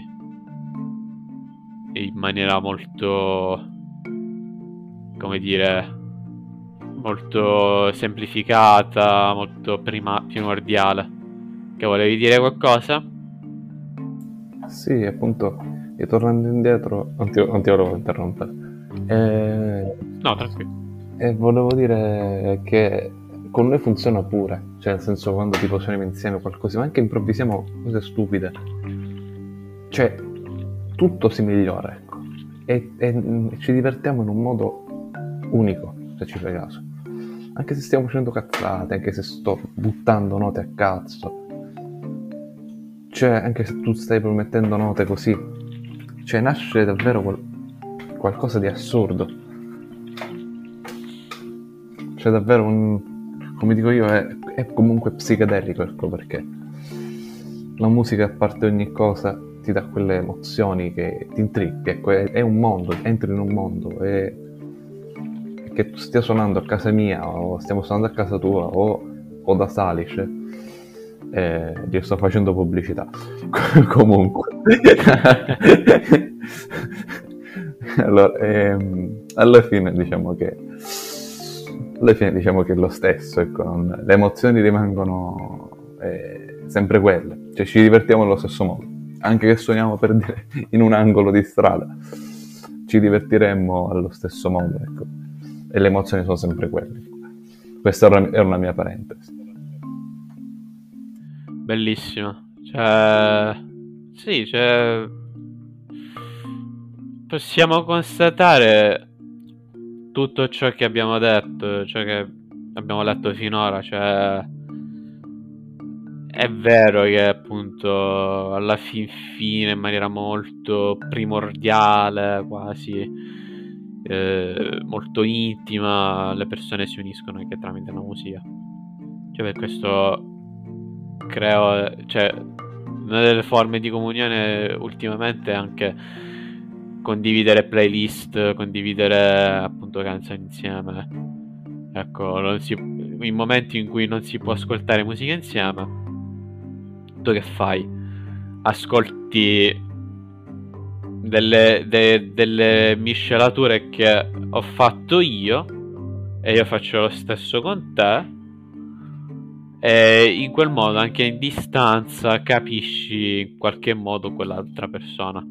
in maniera molto, come dire, molto semplificata, molto prima, primordiale. Che volevi dire qualcosa? Sì, appunto, e tornando indietro, non ti, non ti volevo interrompere. E... No, tranquillo. E volevo dire che con noi funziona pure, cioè nel senso quando tipo suoniamo insieme qualcosa, ma anche improvvisiamo cose stupide, cioè tutto si migliora, ecco, e, e ci divertiamo in un modo unico, se ci fai caso. Anche se stiamo facendo cazzate, anche se sto buttando note a cazzo, cioè anche se tu stai promettendo note così, cioè nasce davvero qual- qualcosa di assurdo. C'è davvero un, come dico io, è, è comunque psichedelico, ecco perché la musica, a parte ogni cosa, ti dà quelle emozioni che ti intrippi, ecco, è, è un mondo, entri in un mondo, e che tu stia suonando a casa mia o stiamo suonando a casa tua o, o da Salice, eh, gli sto facendo pubblicità. Comunque allora, ehm, alla fine diciamo che alla fine diciamo che è lo stesso, ecco, non, le emozioni rimangono eh, sempre quelle, cioè ci divertiamo allo stesso modo, anche che suoniamo per dire in un angolo di strada, ci divertiremmo allo stesso modo, ecco, e le emozioni sono sempre quelle. Questa era una, una mia parentesi. Bellissimo. Cioè, sì, cioè, possiamo constatare tutto ciò che abbiamo detto, ciò che abbiamo letto finora, cioè è vero che appunto alla fin fine, in maniera molto primordiale, quasi eh, molto intima, le persone si uniscono anche tramite la musica. Cioè, per questo creo, cioè, una delle forme di comunione ultimamente è anche condividere playlist, condividere appunto canzoni insieme. Ecco, non si, in momenti in cui non si può ascoltare musica insieme, tu che fai? Ascolti delle, de, delle miscelature che ho fatto io e io faccio lo stesso con te, e in quel modo anche in distanza capisci in qualche modo quell'altra persona.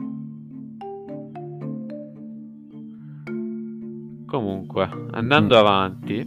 Comunque, andando Mm. avanti,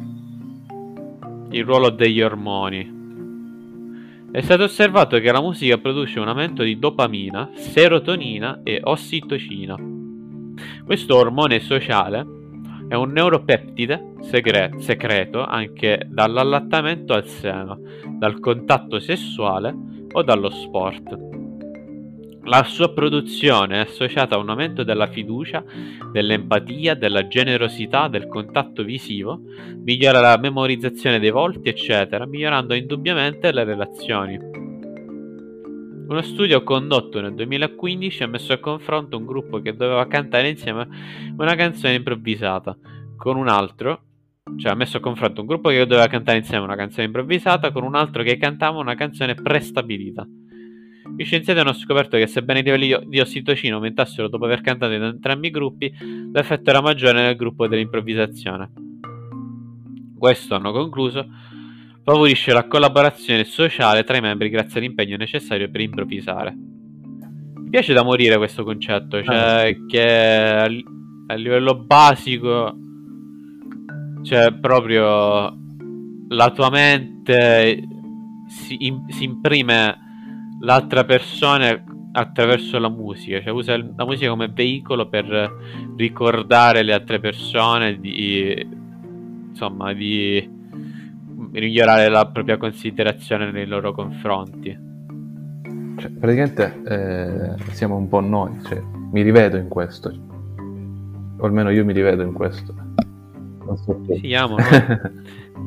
il ruolo degli ormoni. È stato osservato che la musica produce un aumento di dopamina, serotonina e ossitocina. Questo ormone sociale è un neuropeptide segre- secreto anche dall'allattamento al seno, dal contatto sessuale o dallo sport. La sua produzione è associata a un aumento della fiducia, dell'empatia, della generosità, del contatto visivo, migliora la memorizzazione dei volti, eccetera, migliorando indubbiamente le relazioni. Uno studio condotto nel duemilaquindici ha messo a confronto un gruppo che doveva cantare insieme una canzone improvvisata con un altro, cioè ha messo a confronto un gruppo che doveva cantare insieme una canzone improvvisata con un altro che cantava una canzone prestabilita. Gli scienziati hanno scoperto che sebbene i livelli di ossitocina aumentassero dopo aver cantato in entrambi i gruppi, l'effetto era maggiore nel gruppo dell'improvvisazione. Questo, hanno concluso, favorisce la collaborazione sociale tra i membri grazie all'impegno necessario per improvvisare. Mi piace da morire questo concetto, cioè Ah, sì. che a, li- a livello basico, cioè proprio la tua mente si, im- si imprime l'altra persona attraverso la musica, cioè usa il- la musica come veicolo per ricordare le altre persone, di insomma di migliorare la propria considerazione nei loro confronti. Cioè, praticamente eh, siamo un po' noi, cioè, mi rivedo in questo, o almeno io mi rivedo in questo. Non so te. Siamo noi.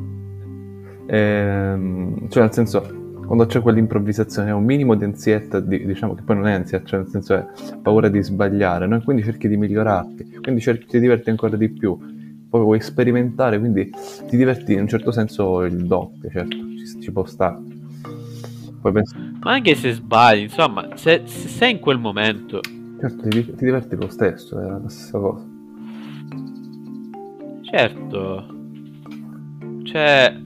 Ehm, cioè nel senso, quando c'è quell'improvvisazione, è un minimo di ansietta, di- diciamo che poi non è ansietta, cioè nel senso è paura di sbagliare, no? E quindi cerchi di migliorarti, quindi cerchi di divertirti ancora di più, poi vuoi sperimentare, quindi ti diverti in un certo senso il doppio, certo, ci, ci può stare. Poi pensi, Ma anche se sbagli, insomma, se, se sei in quel momento, certo, ti, ti diverti lo stesso, è la stessa cosa. certo, cioè,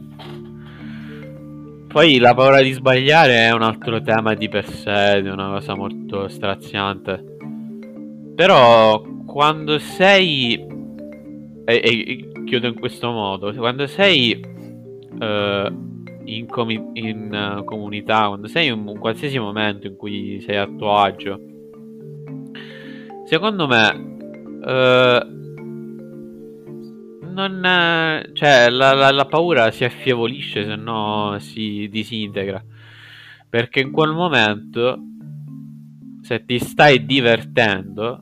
poi la paura di sbagliare è un altro tema di per sé, è una cosa molto straziante. Però quando sei, e, e chiudo in questo modo, quando sei eh, in, comi- in eh, comunità, quando sei in un qualsiasi momento in cui sei a tuo agio, secondo me eh, non, eh, cioè, la, la- la paura si affievolisce, se no si disintegra. Perché in quel momento, se ti stai divertendo,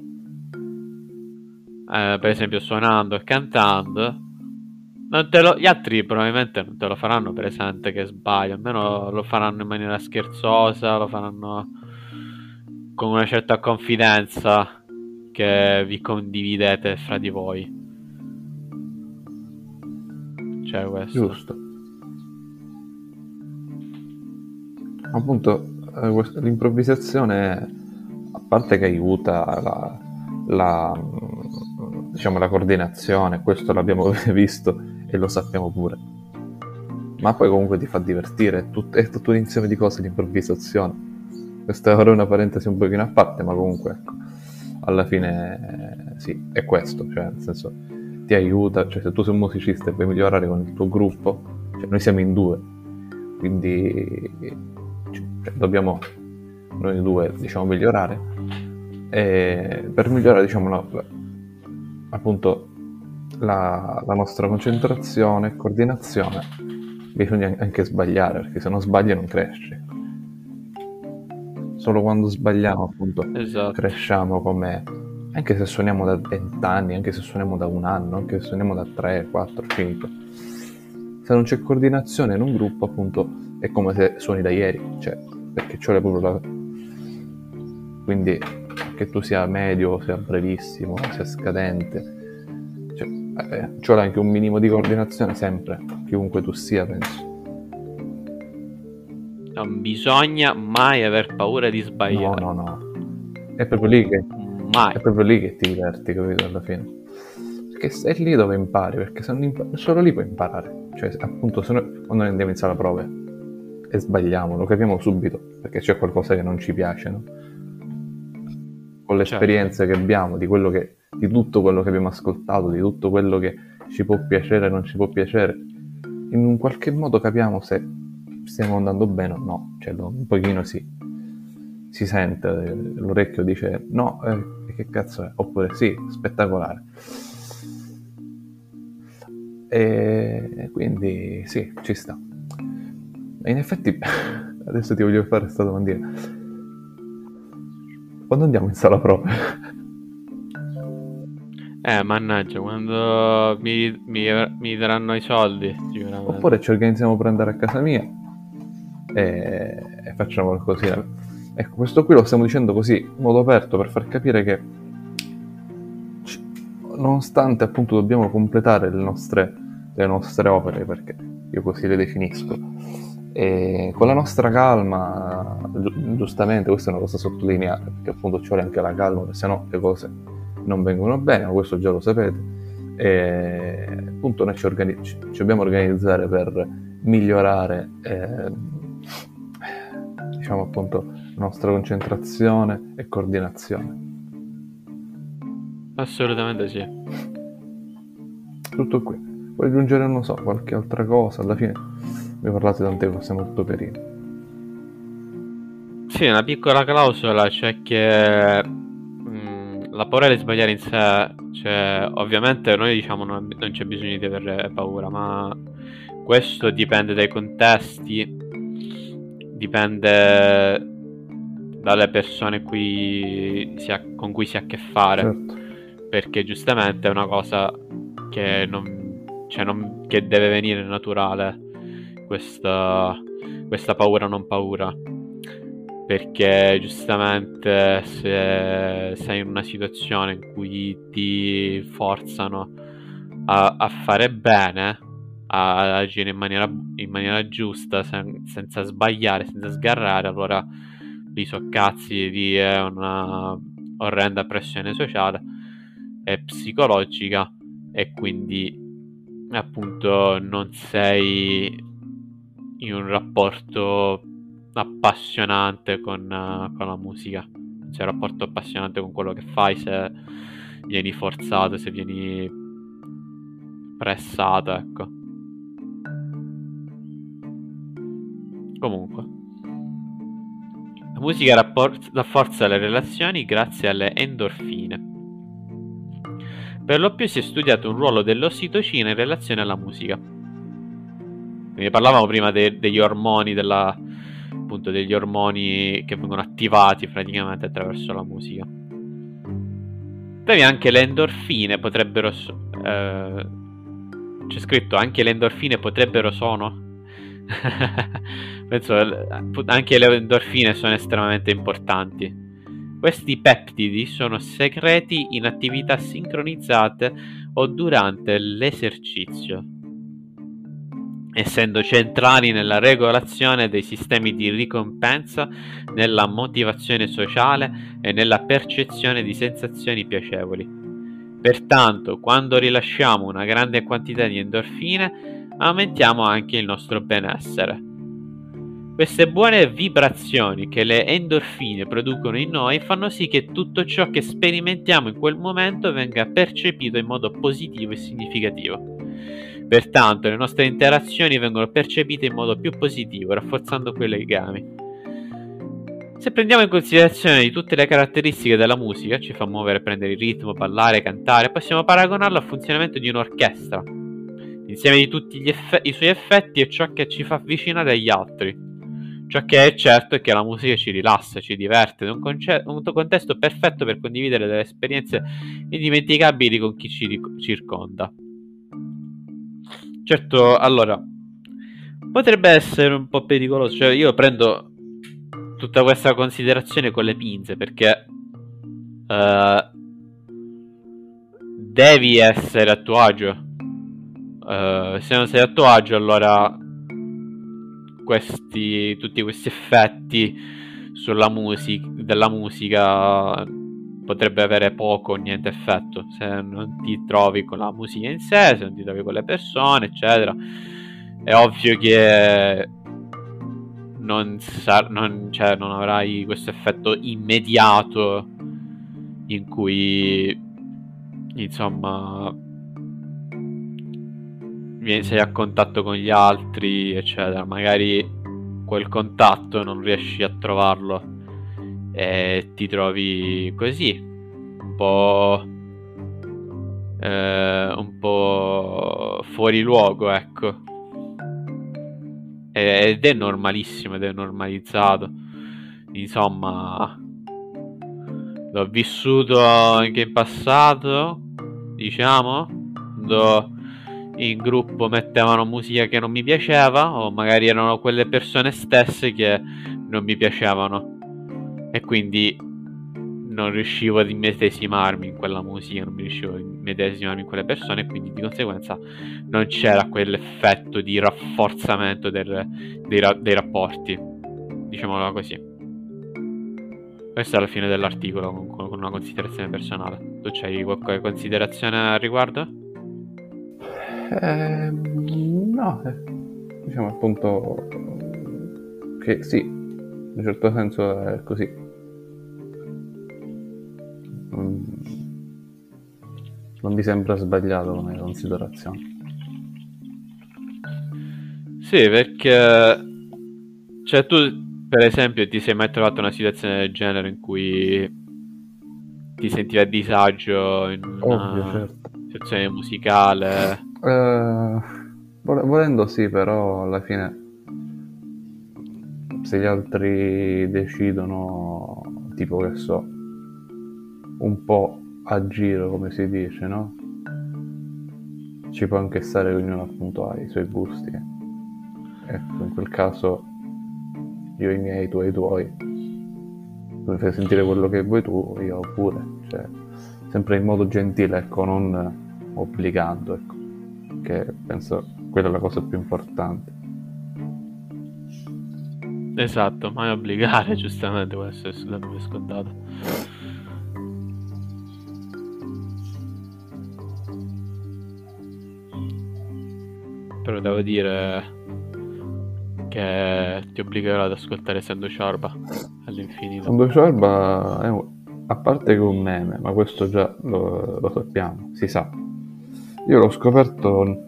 eh, per esempio suonando e cantando, non te lo- gli altri probabilmente non te lo faranno presente che sbagli, almeno lo faranno in maniera scherzosa, lo faranno con una certa confidenza che vi condividete fra di voi. Cioè questo. Giusto. Appunto, eh, quest- l'improvvisazione, a parte che aiuta la, la, mm, diciamo, la coordinazione, questo l'abbiamo visto e lo sappiamo pure, ma poi comunque ti fa divertire, è, tut- è tutto un insieme di cose l'improvvisazione. Questa è ora una parentesi un pochino a parte, ma comunque ecco, alla fine eh, sì, è questo, cioè nel senso ti aiuta, cioè se tu sei un musicista e vuoi migliorare con il tuo gruppo, cioè noi siamo in due, quindi cioè, dobbiamo noi due diciamo migliorare, e per migliorare diciamo la- la- appunto la, la nostra concentrazione e coordinazione bisogna anche sbagliare, perché se non sbagli non cresci. Solo quando sbagliamo appunto Esatto. cresciamo, come anche se suoniamo da vent'anni, anche se suoniamo da un anno, anche se suoniamo da tre, quattro, cinque. Se non c'è coordinazione in un gruppo, appunto, è come se suoni da ieri, cioè, perché ci vuole proprio la... Quindi, che tu sia medio, sia brevissimo, sia scadente, cioè, eh, ci vuole anche un minimo di coordinazione sempre, chiunque tu sia, penso. Non bisogna mai aver paura di No, sbagliare. no, no. È proprio lì che... Mai. È proprio lì che ti diverti, capito, alla fine. Perché è lì dove impari, perché se non impa- solo lì puoi imparare. Cioè, appunto, se noi, quando noi andiamo in sala prove e sbagliamo, lo capiamo subito, perché c'è qualcosa che non ci piace, no? Con l'esperienza Certo. che abbiamo, di quello che, di tutto quello che abbiamo ascoltato, di tutto quello che ci può piacere e non ci può piacere, in un qualche modo capiamo se stiamo andando bene o no. Cioè, un pochino sì. Si sente, eh, l'orecchio dice no, eh, che cazzo è? Oppure sì, spettacolare. E quindi sì, ci sta. E in effetti adesso ti voglio fare questa domandina. Quando andiamo in sala prove? Eh, mannaggia, quando mi, mi, mi daranno i soldi, sicuramente. Oppure ci organizziamo per andare a casa mia e, e facciamo qualcosina. Ecco, questo qui lo stiamo dicendo così, in modo aperto, per far capire che ci- nonostante appunto dobbiamo completare le nostre, le nostre opere, perché io così le definisco, e con la nostra calma, gi- giustamente, questa è una cosa sottolineata, perché appunto ci vuole anche la calma, perché sennò le cose non vengono bene, ma questo già lo sapete. E appunto noi ci, organi- ci ci dobbiamo organizzare per migliorare eh, diciamo appunto la nostra concentrazione e coordinazione. Assolutamente sì. Tutto qui. Vuoi aggiungere, non so, qualche altra cosa? Alla fine mi parlate tante cose molto carine. Sì, una piccola clausola, cioè che mh, la paura di sbagliare in sé, cioè ovviamente noi diciamo non, non c'è bisogno di avere paura, ma questo dipende dai contesti, dipende dalle persone cui si ha- con cui si ha a che fare, Certo. perché giustamente è una cosa che, non, cioè non- che deve venire naturale, questa, questa paura non paura. Perché giustamente se sei in una situazione in cui ti forzano a, a fare bene, a agire in maniera, in maniera giusta, sen- senza sbagliare, senza sgarrare, allora lì so cazzi di è una orrenda pressione sociale e psicologica, e quindi appunto non sei in un rapporto appassionante con, eh, con la musica. C'è un rapporto appassionante con quello che fai se vieni forzato, se vieni pressato, ecco. Comunque, la musica rappor- rafforza le relazioni grazie alle endorfine. Per lo più si è studiato un ruolo dell'ossitocina in relazione alla musica. Quindi parlavamo prima de- degli ormoni della, appunto degli ormoni che vengono attivati praticamente attraverso la musica. Poi anche le endorfine potrebbero so- eh, c'è scritto anche le endorfine potrebbero sono penso anche le endorfine sono estremamente importanti. Questi peptidi sono secreti in attività sincronizzate o durante l'esercizio, essendo centrali nella regolazione dei sistemi di ricompensa, nella motivazione sociale e nella percezione di sensazioni piacevoli. Pertanto, quando rilasciamo una grande quantità di endorfine, aumentiamo anche il nostro benessere. Queste buone vibrazioni che le endorfine producono in noi fanno sì che tutto ciò che sperimentiamo in quel momento venga percepito in modo positivo e significativo. Pertanto, le nostre interazioni vengono percepite in modo più positivo, rafforzando quei legami. Se prendiamo in considerazione di tutte le caratteristiche della musica, ci fa muovere, prendere il ritmo, ballare, cantare, possiamo paragonarlo al funzionamento di un'orchestra. L'insieme di tutti gli effe- i suoi effetti è ciò che ci fa avvicinare agli altri. Ciò che è certo è che la musica ci rilassa, ci diverte, è un, conce- un contesto perfetto per condividere delle esperienze indimenticabili con chi ci ric- circonda. Certo, allora, potrebbe essere un po' pericoloso, cioè io prendo tutta questa considerazione con le pinze, perché uh, devi essere a tuo agio. Uh, se non sei a tuo agio, allora questi tutti questi effetti sulla musica della musica potrebbe avere poco o niente effetto se non ti trovi con la musica in sé, se non ti trovi con le persone, eccetera. È ovvio che non, sar- non, cioè, non avrai questo effetto immediato in cui insomma sei a contatto con gli altri, eccetera. Magari quel contatto non riesci a trovarlo e ti trovi così un po' eh, un po' fuori luogo, ecco. Ed è normalissimo, ed è normalizzato. Insomma, l'ho vissuto anche in passato, diciamo, quando in gruppo mettevano musica che non mi piaceva, o magari erano quelle persone stesse che non mi piacevano, e quindi non riuscivo ad immedesimarmi in quella musica, non mi riuscivo ad immedesimarmi in quelle persone, e quindi di conseguenza non c'era quell'effetto di rafforzamento del, dei, ra- dei rapporti, diciamolo così. Questa è la fine dell'articolo, con, con una considerazione personale. Tu c'hai qualche considerazione al riguardo? Eh, no, eh, diciamo appunto che sì, in un certo senso è così. Non, non mi sembra sbagliato come considerazione. Sì, perché cioè tu per esempio ti sei mai trovato in una situazione del genere in cui ti sentivi a disagio in una Ovvio, certo. situazione musicale? Eh, volendo sì, però alla fine se gli altri decidono, tipo che so, un po' a giro, come si dice, no? Ci può anche stare che ognuno appunto ha i suoi gusti. Ecco, in quel caso io i miei, tu i tuoi. Tu mi fai sentire quello che vuoi tu, io pure. Cioè, sempre in modo gentile, ecco, non obbligando, ecco. Che penso quella è la cosa più importante. Esatto, mai obbligare, giustamente, può essere dato per scontato. Però devo dire che ti obbligherò ad ascoltare Sendo Ciorba all'infinito. Sendo Ciorba è un, a parte che un meme, ma questo già lo, lo sappiamo, si sa. Io l'ho scoperto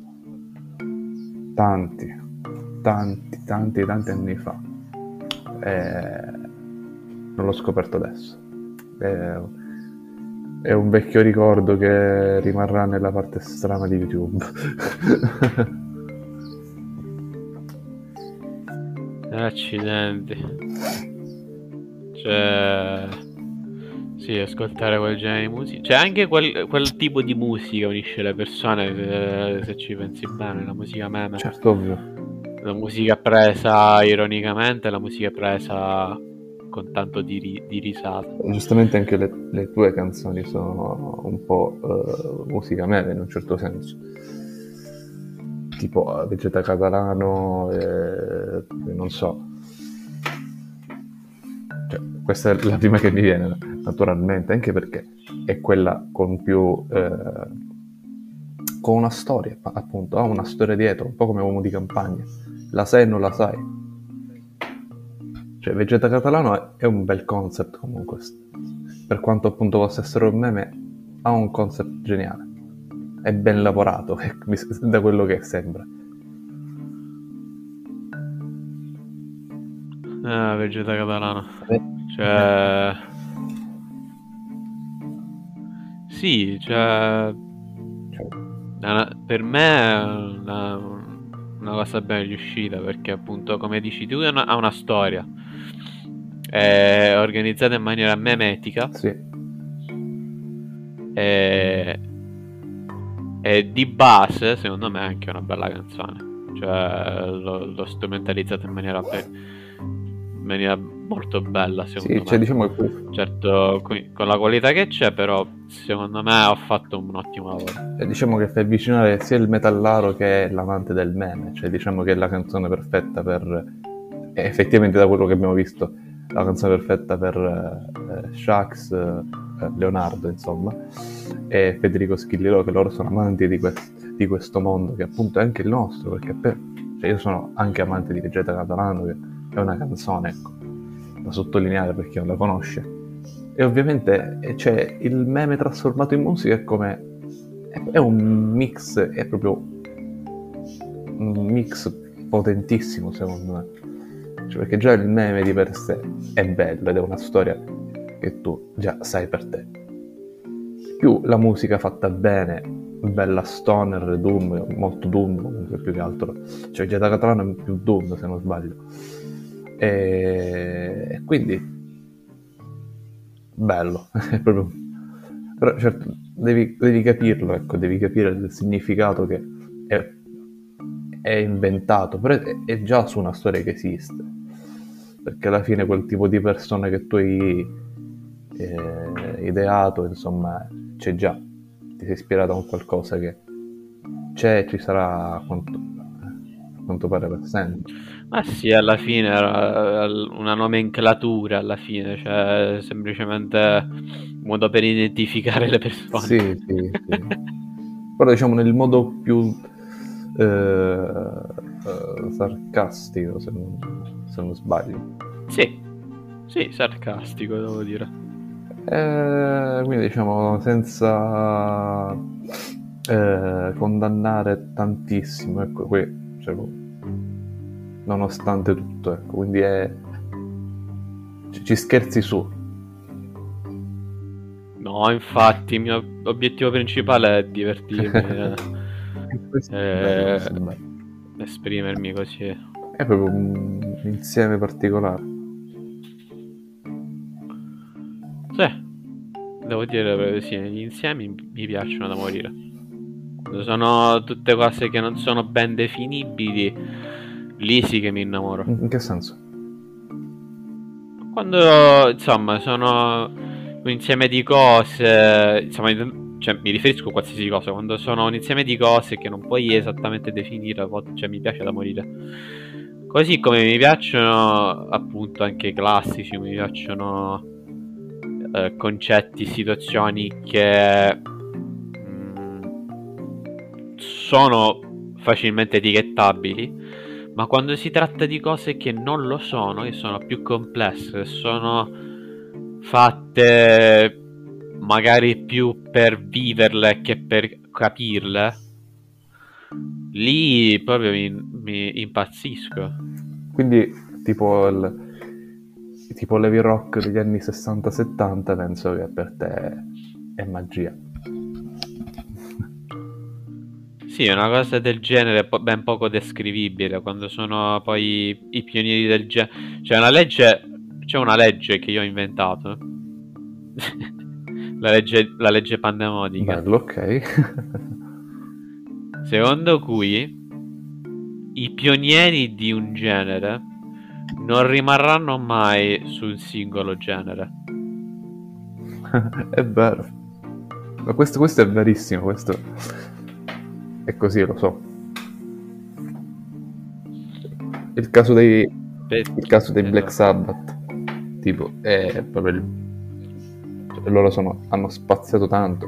tanti, tanti, tanti, tanti anni fa. E non l'ho scoperto adesso. E è un vecchio ricordo che rimarrà nella parte strana di YouTube. Accidenti. Cioè, sì, ascoltare quel genere di musica. Cioè, anche quel, quel tipo di musica unisce le persone, se, se ci pensi bene, la musica meme. Certo, ovvio. La musica presa ironicamente, la musica presa con tanto di, ri- di risata. Giustamente anche le, le tue canzoni sono un po' uh, musica meme in un certo senso. Tipo Vegeta Catalano, e, non so. Cioè, questa è la prima che mi viene, naturalmente, anche perché è quella con più... Eh, con una storia, appunto, ha una storia dietro, un po' come Uomo di Campagna. La sai e non la sai. Cioè, Vegeta Catalano è un bel concept comunque. Per quanto appunto possa essere un meme, ha un concept geniale. È ben lavorato, da quello che sembra. Ah, Vegeta Catalano. Eh. Cioè... Sì, cioè... Una- per me è una, una cosa ben riuscita, perché appunto, come dici tu, è una- ha una storia. È organizzata in maniera memetica. Sì. E, e di base, secondo me, è anche una bella canzone. Cioè, l'ho, l'ho strumentalizzata in maniera, be- in maniera molto bella, secondo Sì, me. cioè diciamo che Certo, qui- con la qualità che c'è, però, secondo me ho fatto un ottimo lavoro. eh, diciamo che fa avvicinare sia il metallaro che l'amante del meme, cioè diciamo che è la canzone perfetta per, eh, effettivamente da quello che abbiamo visto, la canzone perfetta per eh, Shax, eh, Leonardo insomma, e Federico Schilliro, che loro sono amanti di, que- di questo mondo, che appunto è anche il nostro, perché per, cioè io sono anche amante di Vegeta Catalano, che è una canzone, ecco, da sottolineare per chi non la conosce. E ovviamente c'è il meme trasformato in musica, è come è un mix, è proprio un mix potentissimo secondo me, cioè, perché già il meme di per sé è bello ed è una storia che tu già sai per te, più la musica fatta bene, bella stoner, doom, molto doom comunque, più che altro, cioè Vegeta Catalano è più doom se non sbaglio, e quindi bello, è proprio... però certo devi, devi capirlo, ecco, devi capire il significato che è, è inventato, però è, è già su una storia che esiste, perché alla fine quel tipo di persona che tu hai eh, ideato, insomma, c'è già, ti sei ispirato a un qualcosa che c'è e ci sarà a quanto, a quanto pare per sempre. Ma sì, alla fine era una nomenclatura, alla fine, cioè semplicemente un modo per identificare le persone. Sì, sì, sì. Però diciamo nel modo più eh, eh, sarcastico, se non, se non sbaglio. Sì, sì, sarcastico, devo dire. Eh, quindi diciamo senza eh, condannare tantissimo, ecco, qui, cioè, nonostante tutto, ecco, quindi è, ci, ci scherzi su. No, infatti, il mio obiettivo principale è divertirmi, Questo è eh, bello, eh, questo è bello. esprimermi così. È proprio un insieme particolare. Sì, devo dire proprio sì, gli insiemi mi piacciono da morire. Quando sono tutte cose che non sono ben definibili, lì sì che mi innamoro. In che senso? Quando, insomma, sono un insieme di cose, insomma, cioè, mi riferisco a qualsiasi cosa, quando sono un insieme di cose che non puoi esattamente definire, cioè mi piace da morire. Così come mi piacciono appunto anche i classici, mi piacciono eh, concetti, situazioni che mh, sono facilmente etichettabili, ma quando si tratta di cose che non lo sono, che sono più complesse, sono fatte magari più per viverle che per capirle, lì proprio mi, mi impazzisco. Quindi tipo il tipo l'heavy rock degli anni sessanta settanta penso che per te è magia. Sì, è una cosa del genere po- ben poco descrivibile quando sono poi i pionieri del genere. C'è una legge, c'è una legge che io ho inventato. la legge, la legge pandemonica. Bello, ok. Secondo cui i pionieri di un genere non rimarranno mai sul singolo genere. È vero. Ma questo, questo è verissimo, questo è così, lo so. Il caso dei, il caso dei Black Sabbath, tipo, è proprio il, cioè, loro sono, hanno spaziato tanto,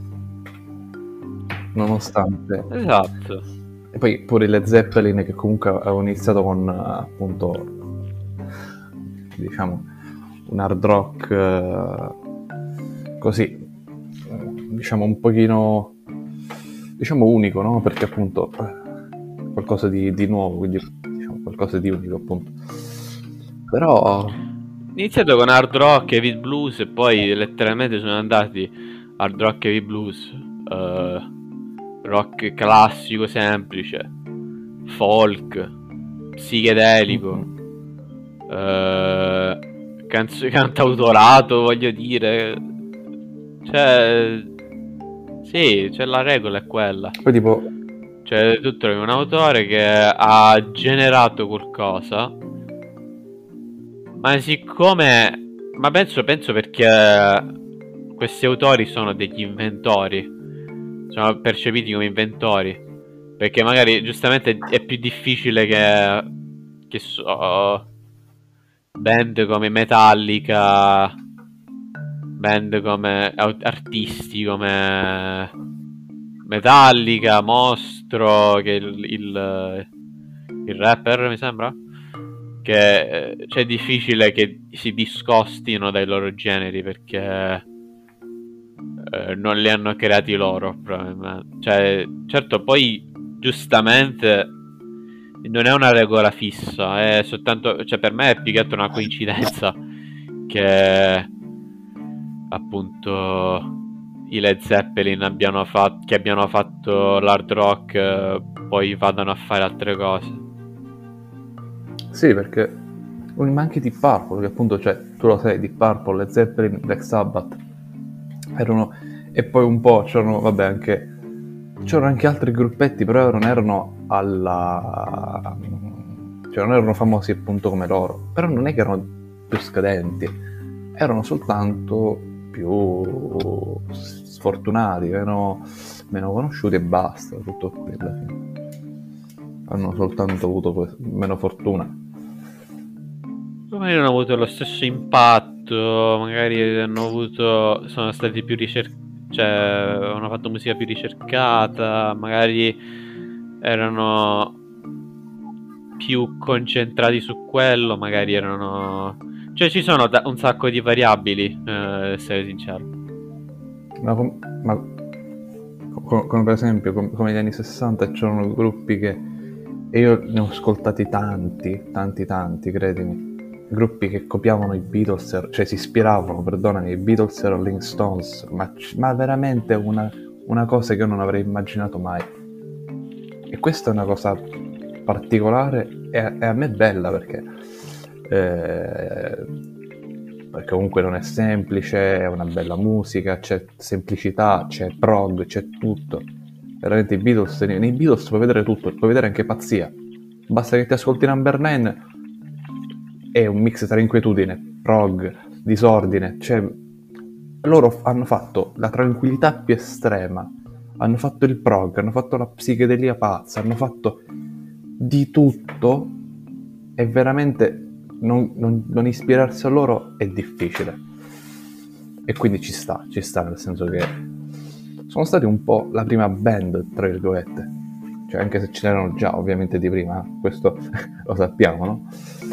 nonostante. Esatto. E poi pure le Zeppelin, che comunque avevano iniziato con appunto, diciamo, un hard rock eh, così, diciamo un pochino, diciamo unico, no? Perché appunto qualcosa di, di nuovo, quindi diciamo qualcosa di unico, appunto. Però iniziato con hard rock, heavy blues e poi letteralmente sono andati hard rock, heavy blues, uh, rock classico semplice, folk, psichedelico, mm-hmm. uh, canzo- cantautorato, voglio dire, cioè sì, cioè la regola è quella. Poi tipo, cioè tu trovi un autore che ha generato qualcosa, ma siccome, ma penso, penso perché questi autori sono degli inventori, sono percepiti come inventori, perché magari giustamente è più difficile che, che so, band come Metallica, band come artisti come Metallica, Mostro, che il, il, il rapper mi sembra, che cioè, è difficile che si discostino dai loro generi perché eh, non li hanno creati loro, probabilmente. Cioè, certo, poi giustamente non è una regola fissa, è soltanto, cioè per me è più che altro una coincidenza che appunto i Led Zeppelin abbiano fatto, che abbiano fatto l'hard rock, eh, poi vadano a fare altre cose. sì, perché ma anche Deep Purple, che appunto, cioè, tu lo sai, Deep Purple, Led Zeppelin, Black Sabbath erano, e poi un po' c'erano, vabbè, anche c'erano anche altri gruppetti, però non erano alla, cioè non erano famosi appunto come loro, però non è che erano più scadenti, erano soltanto più sfortunati, meno, meno conosciuti e basta, tutto qui alla fine. Hanno soltanto avuto meno fortuna. Magari non hanno avuto lo stesso impatto, magari hanno avuto, sono stati più ricercati, cioè hanno fatto musica più ricercata, magari erano più concentrati su quello, magari erano, cioè ci sono da- un sacco di variabili, eh, essere sincero. Ma, com- ma com- come per esempio com- come negli anni sessanta c'erano gruppi che, e io ne ho ascoltati tanti, tanti, tanti, credimi, gruppi che copiavano i Beatles, cioè si ispiravano, perdonami, i Beatles e Rolling Stones, ma, ma veramente una, una cosa che io non avrei immaginato mai. E questa è una cosa particolare e, e a me è bella perché eh, perché comunque non è semplice, è una bella musica, c'è semplicità, c'è prog, c'è tutto. Veramente i Beatles, nei Beatles puoi vedere tutto, puoi vedere anche pazzia. Basta che ti ascolti Number Nine, è un mix tra inquietudine, prog, disordine, cioè loro hanno fatto la tranquillità più estrema, hanno fatto il prog, hanno fatto la psichedelia pazza, hanno fatto di tutto e veramente non, non, non ispirarsi a loro è difficile. E quindi ci sta, ci sta nel senso che sono stati un po' la prima band, tra virgolette, cioè anche se ce n'erano già ovviamente di prima, questo lo sappiamo, no?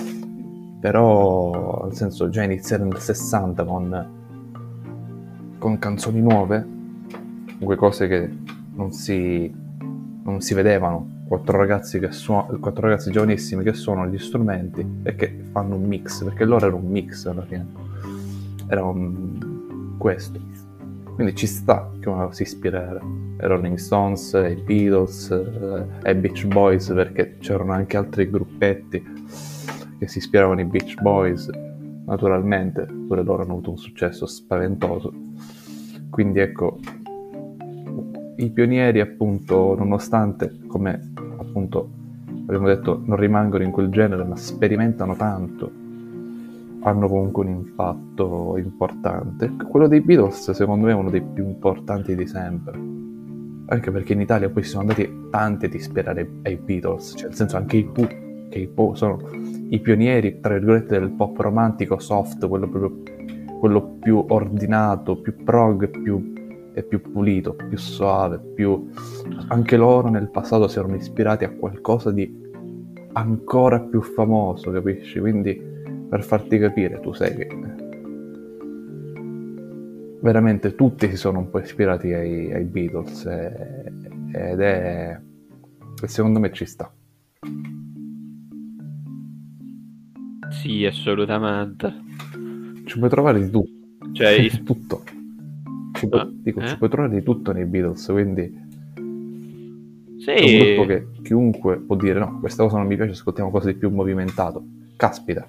Però nel senso già iniziare nel sessanta con, con canzoni nuove, comunque cose che non si, non si vedevano, quattro ragazzi che suonano, quattro ragazzi giovanissimi che suonano gli strumenti e che fanno un mix, perché loro era un mix alla fine, era un... questo. Quindi ci sta che uno si ispira ai Rolling Stones, ai Beatles, eh, ai Beach Boys, perché c'erano anche altri gruppetti che si ispiravano ai Beach Boys, naturalmente, pure loro hanno avuto un successo spaventoso. Quindi ecco, i pionieri appunto, nonostante, come appunto abbiamo detto, non rimangono in quel genere, ma sperimentano tanto, hanno comunque un impatto importante. Quello dei Beatles secondo me è uno dei più importanti di sempre, anche perché in Italia poi si sono andati tanti ad ispirare ai Beatles, cioè nel senso anche i Pooh, che i Pooh sono i pionieri tra virgolette del pop romantico soft, quello proprio quello più ordinato, più prog, più, e più pulito, più suave, più... anche loro nel passato si erano ispirati a qualcosa di ancora più famoso, capisci? Quindi per farti capire, tu sai che veramente tutti si sono un po' ispirati ai, ai Beatles e, ed è... e secondo me ci sta. Sì, assolutamente. Ci puoi trovare di tutto. Cioè, is- tutto. Ci puoi, Ah, dico, eh? ci puoi trovare di tutto nei Beatles, quindi Sì. è un gruppo che chiunque può dire no, questa cosa non mi piace, ascoltiamo qualcosa di più movimentato. Caspita.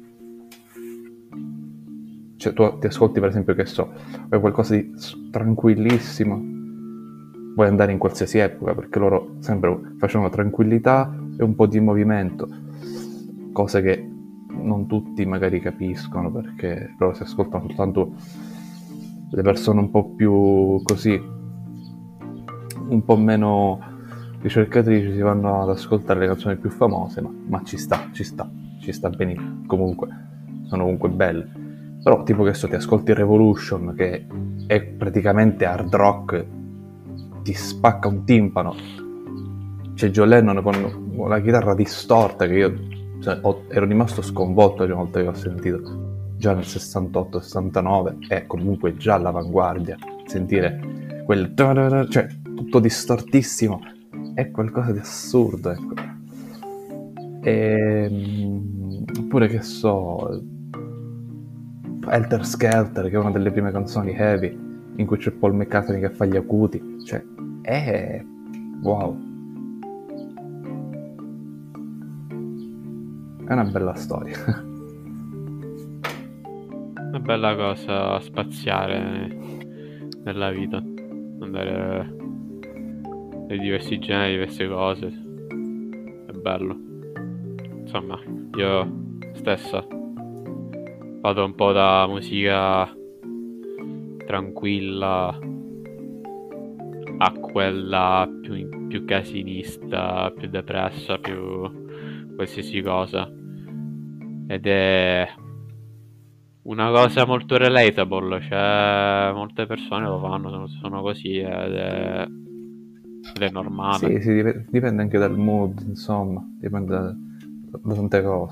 Cioè tu ti ascolti per esempio, che so, vuoi qualcosa di tranquillissimo, vuoi andare in qualsiasi epoca, perché loro sempre facevano tranquillità e un po' di movimento, cose che non tutti magari capiscono, perché loro si ascoltano soltanto le persone un po' più così, un po' meno ricercatrici, si vanno ad ascoltare le canzoni più famose, ma, ma ci sta, ci sta, ci sta benissimo, comunque sono comunque belle. Però tipo che so, ti ascolti Revolution, che è praticamente hard rock, ti spacca un timpano, c'è John Lennon con la chitarra distorta che io, cioè, ho, ero rimasto sconvolto la prima volta che ho sentito, già nel sessantotto sessantanove, è comunque già all'avanguardia, sentire quel cioè tutto distortissimo è qualcosa di assurdo, ecco. E oppure che so, Helter Skelter, che è una delle prime canzoni heavy in cui c'è Paul McCartney che fa gli acuti, cioè è wow, è una bella storia. Una bella cosa spaziare nella vita, andare nei diversi generi, diverse cose, è bello. Insomma, io stesso vado un po' da musica tranquilla a quella più, più casinista, più depressa, più qualsiasi cosa, ed è una cosa molto relatable, cioè molte persone lo fanno, sono così, ed è, ed è normale. Sì, sì, dip- dipende anche dal mood, insomma, dipende da, da tante cose.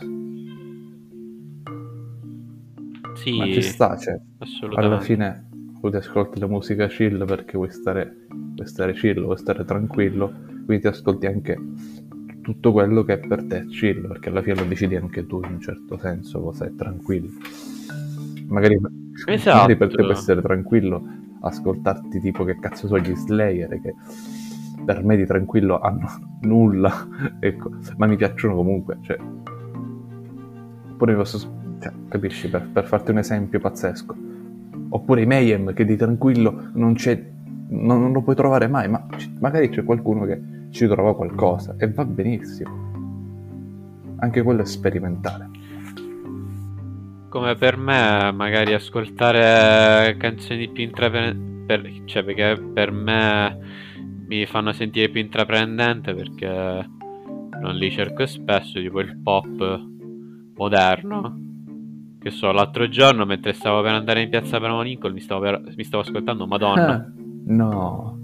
Sì, Ma ci sta, cioè, assolutamente. alla fine tu ti ascolti la musica chill perché vuoi stare, vuoi stare chill, vuoi stare tranquillo, quindi ti ascolti anche tutto quello che è per te chill, perché alla fine lo decidi anche tu in un certo senso cosa è tranquillo. Magari, Esatto. magari per te può essere tranquillo ascoltarti tipo, che cazzo so, gli Slayer, che per me di tranquillo hanno nulla, ecco, ma mi piacciono comunque, cioè, oppure posso, cioè, capisci, per, per farti un esempio pazzesco, oppure i Mayhem, che di tranquillo non c'è, non, non lo puoi trovare mai, ma c- magari c'è qualcuno che ci trova qualcosa e va benissimo, anche quello è sperimentale. Come per me, magari ascoltare canzoni più intraprendenti, cioè perché per me mi fanno sentire più intraprendente, perché non li cerco spesso, tipo il pop moderno. Che so, l'altro giorno mentre stavo per andare in piazza Abramo Lincoln mi stavo, per... mi stavo ascoltando Madonna. Ah, no.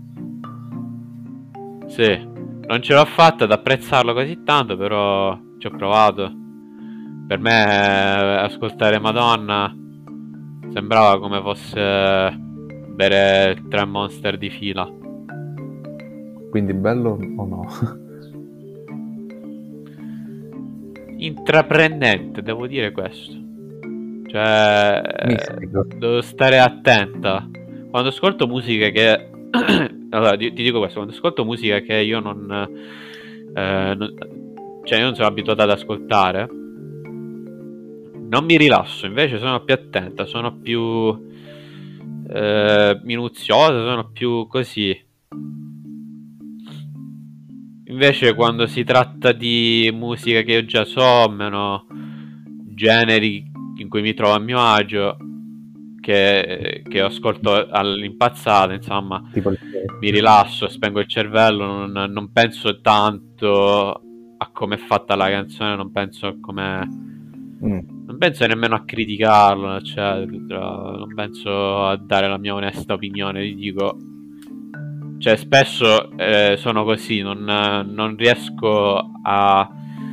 Sì, non ce l'ho fatta ad apprezzarlo così tanto, però ci ho provato. Per me ascoltare Madonna sembrava come fosse bere tre Monster di fila. Quindi bello o no? Intraprendente, devo dire questo. Cioè, Mistico. devo stare attenta quando ascolto musica che allora ti, ti dico questo, quando ascolto musica che io non, eh, non cioè io non sono abituato ad ascoltare, non mi rilasso, invece sono più attenta, sono più eh, minuziosa, sono più così. Invece quando si tratta di musica che io già so, meno generi in cui mi trovo a mio agio, che, che ascolto all'impazzata, insomma, Tipo il- mi rilasso, spengo il cervello, non, non penso tanto a come è fatta la canzone, non penso a come... Mm. Non penso nemmeno a criticarlo, eccetera. Non penso a dare la mia onesta opinione, ti dico... Cioè, spesso eh, sono così, non, non riesco a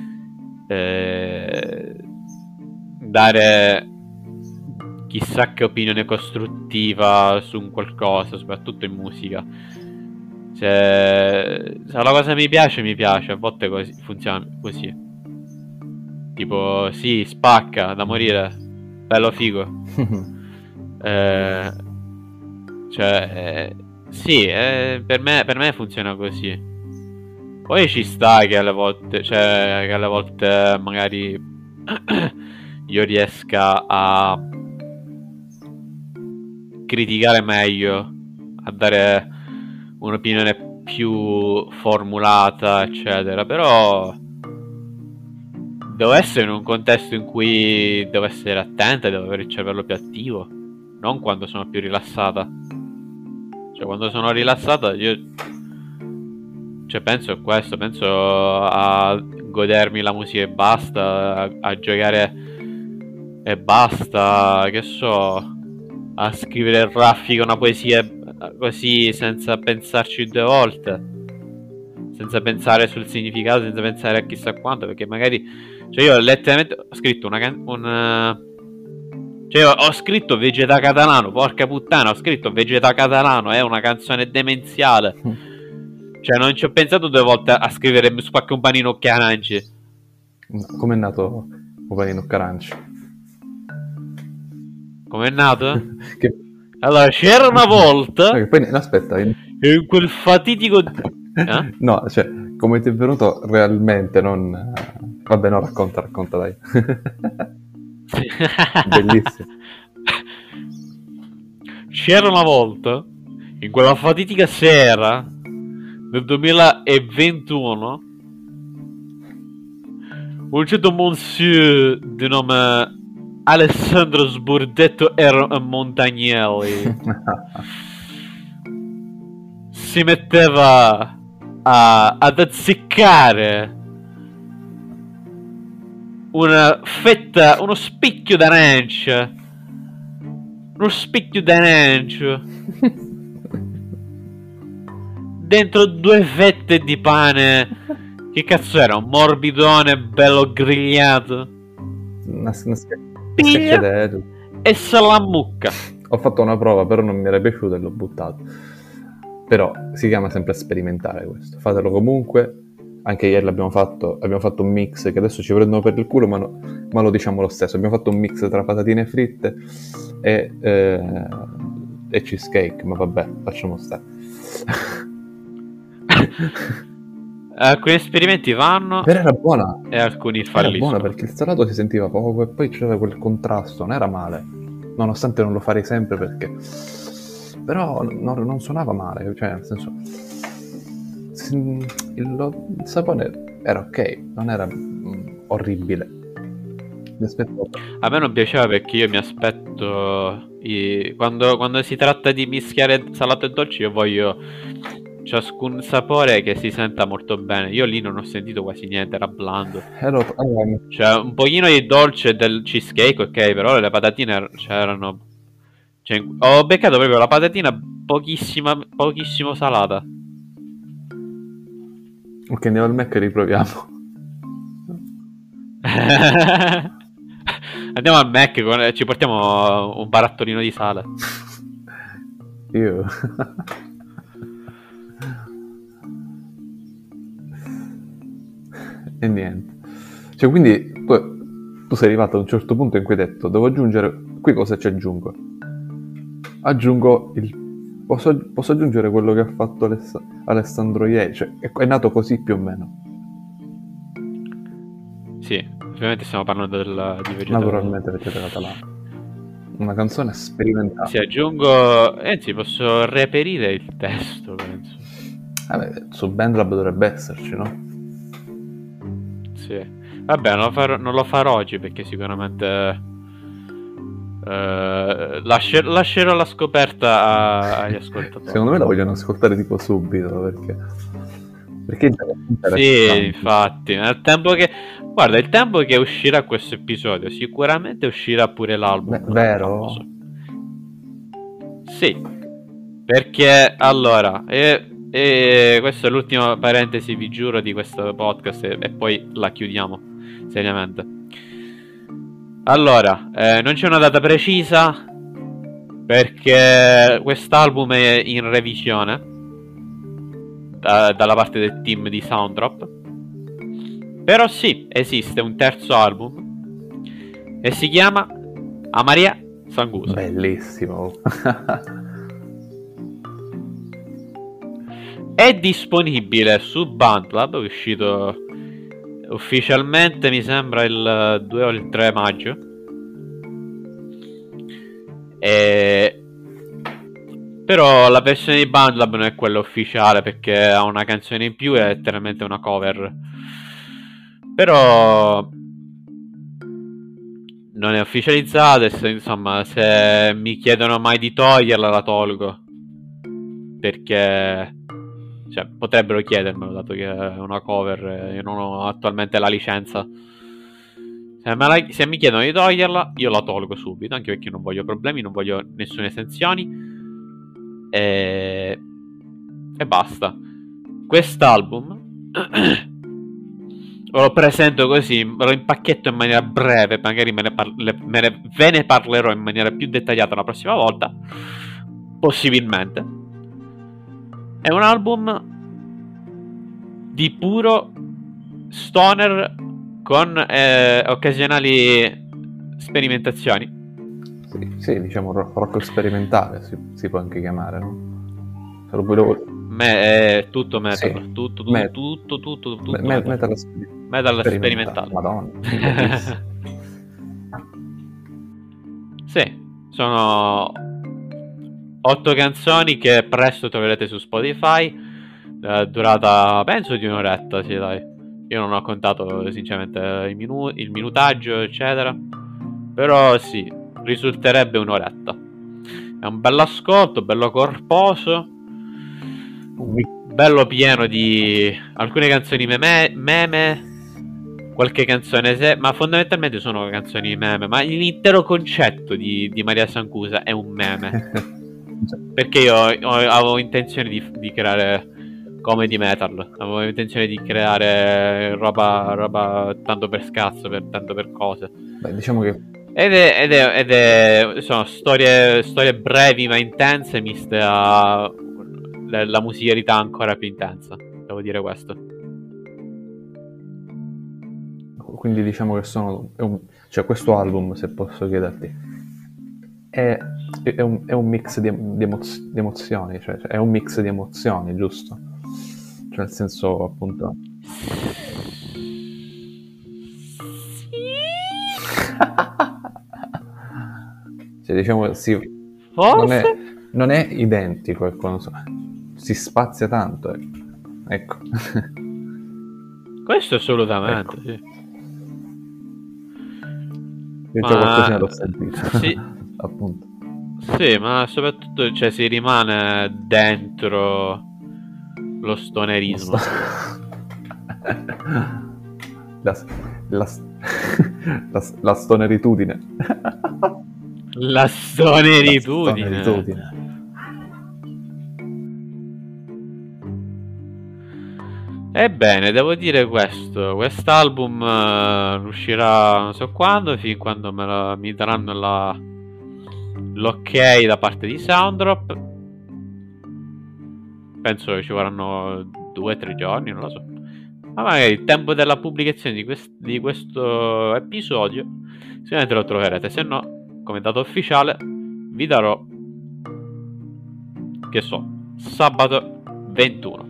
eh, dare chissà che opinione costruttiva su un qualcosa, soprattutto in musica. Se, se la cosa mi piace, mi piace, a volte così, funziona così. Tipo, sì, spacca da morire, bello figo. eh, cioè... Eh, Sì, eh, per me, per me funziona così. Poi ci sta che alle volte, cioè, che alle volte magari io riesca a criticare meglio, a dare un'opinione più formulata, eccetera. Però devo essere in un contesto in cui devo essere attenta, devo avere il cervello più attivo, non quando sono più rilassata. Cioè, quando sono rilassata io, cioè, penso a questo, penso a godermi la musica e basta, a, a giocare e basta, che so, a scrivere il raffico una poesia così senza pensarci due volte, senza pensare sul significato, senza pensare a chissà quanto, perché magari, cioè, io letteralmente ho scritto una can- un... Cioè, ho scritto Vegeta Catalano, porca puttana, ho scritto Vegeta Catalano, è una canzone demenziale. Cioè, non ci ho pensato due volte a scrivere Spacca un panino Caranci. Com'è nato un panino Caranci? Com'è nato? Che... Allora, c'era una volta... No, che poi, no, aspetta, in... in quel fatitico... Eh? No, cioè, come ti è venuto realmente, non... Vabbè, no, racconta, racconta, dai. Bellissimo. C'era una volta, in quella fatidica sera del duemilaventuno, un certo monsieur di nome Alessandro Sburdetto R. Montagnelli si metteva a, ad azzeccare una fetta, uno spicchio d'arancia, uno spicchio d'arancia dentro due fette di pane. Che cazzo era? Un morbidone bello grigliato. Una, una Piglia scheda... e salamucca. Ho fatto una prova, però non mi era piaciuto e l'ho buttato. Però si chiama sempre sperimentare questo. Fatelo comunque. Anche ieri l'abbiamo fatto, abbiamo fatto un mix che adesso ci prendono per il culo, ma, no, ma lo diciamo lo stesso. Abbiamo fatto un mix tra patatine fritte e, eh, e cheesecake, ma vabbè, facciamo stare. Alcuni esperimenti vanno, Però era buona. E alcuni Era falliscono. buona perché il salato si sentiva poco e poi c'era quel contrasto, non era male. Nonostante non lo farei sempre perché... Però non, non suonava male, cioè nel senso... Il, il sapore era ok, non era mm, orribile. Mi aspettavo. A me non piaceva perché io mi aspetto i... quando, quando si tratta di mischiare salato e dolce, io voglio ciascun sapore che si senta molto bene. Io lì non ho sentito quasi niente, era blando. Ero, allora, Cioè, un pochino di dolce del cheesecake, ok, però le patatine c'erano... Cioè, ho beccato proprio la patatina pochissima, pochissimo salata. ok, andiamo al Mac e riproviamo. Andiamo al Mac, con... ci portiamo un barattolino di sale. Io... e niente. Cioè, quindi tu, tu sei arrivato a un certo punto in cui hai detto devo aggiungere... Qui cosa ci aggiungo? Aggiungo il posso, posso aggiungere quello che ha fatto Aless- Alessandro ieri, cioè è, è nato così più o meno. Sì, ovviamente stiamo parlando del, di Vegeta. Naturalmente Vegeta Catalano. Una canzone sperimentale. Se aggiungo, anzi, posso reperire il testo, penso. Vabbè, su BandLab dovrebbe esserci, no? Sì. Vabbè, non lo farò, non lo farò oggi perché sicuramente eh, lascer- lascerò la scoperta a- agli ascoltatori. Secondo me la vogliono ascoltare tipo subito, perché... Perché è Sì, interessante. infatti, nel tempo che... Guarda, il tempo che uscirà questo episodio, sicuramente uscirà pure l'album. Beh, vero? famoso. Sì, perché allora, e, e questa è l'ultima parentesi, vi giuro, di questo podcast e, e poi la chiudiamo, seriamente. Allora, eh, non c'è una data precisa perché quest'album è in revisione da- dalla parte del team di Soundrop. Però sì, esiste un terzo album e si chiama Amaria Sangusa. Bellissimo. È disponibile su BandLab, è uscito ufficialmente mi sembra il due o il tre maggio. E... Però la versione di BandLab non è quella ufficiale perché ha una canzone in più e è letteralmente una cover. Però non è ufficializzata e se, insomma, se mi chiedono mai di toglierla la tolgo. Perché cioè, potrebbero chiedermelo dato che è una cover e io non ho attualmente la licenza. Se, me la, se mi chiedono di toglierla, io la tolgo subito, anche perché non voglio problemi, non voglio nessune estensioni. E, e basta. Quest'album lo presento così, lo impacchetto in maniera breve, magari me ne, par- me ne ve ne parlerò in maniera più dettagliata la prossima volta, possibilmente. È un album di puro stoner con eh, occasionali sperimentazioni. Sì, sì, diciamo ro- rock sperimentale si, si può anche chiamare, no? Se lo volevo... Me- è tutto metal, Sì, tutto, tutto, me- tutto, tutto, tutto, me- metal. metal sper- Metal sperimentale. sperimentale. Madonna, bellissimo. Sì, sono otto canzoni che presto troverete su Spotify, eh, durata penso di un'oretta, sì dai. Io non ho contato sinceramente il, minu- il minutaggio eccetera, però sì, risulterebbe un'oretta. È un bell'ascolto, bello corposo, bello pieno di alcune canzoni meme, meme qualche canzone se- ma fondamentalmente sono canzoni meme, ma l'intero concetto di, di Maria Sancusa è un meme. Perché io ho- avevo intenzione di, di creare comedy metal, avevo intenzione di creare roba, roba tanto per scazzo, per, tanto per cose. Beh, diciamo che Ed è, ed è, ed è sono storie, storie brevi ma intense miste a la, la musicalità ancora più intensa, devo dire questo. quindi diciamo che sono è un, cioè questo album, se posso chiederti, è, è, un, è un mix di, di, emoz- di emozioni, cioè è un mix di emozioni, giusto? Cioè nel senso, appunto, cioè diciamo sì, non è, Forse? non è identico, ecco, non so, si spazia tanto, ecco. ecco. Questo assolutamente, Ecco. sì. Io Ma- già qualcosina l'ho sentito, sì. appunto. Sì, ma soprattutto cioè, si rimane dentro lo stonerismo. la, la, la, la stoneritudine. La stoneritudine. La stoneritudine. Ebbene, devo dire questo. Quest'album eh, uscirà non so quando, fin quando me la- mi daranno la, l'ok da parte di Soundrop. Penso che ci vorranno due o tre giorni, non lo so. Ma magari il tempo della pubblicazione di, quest- di questo episodio sicuramente lo troverete. Se no, come dato ufficiale, vi darò che so, sabato ventuno.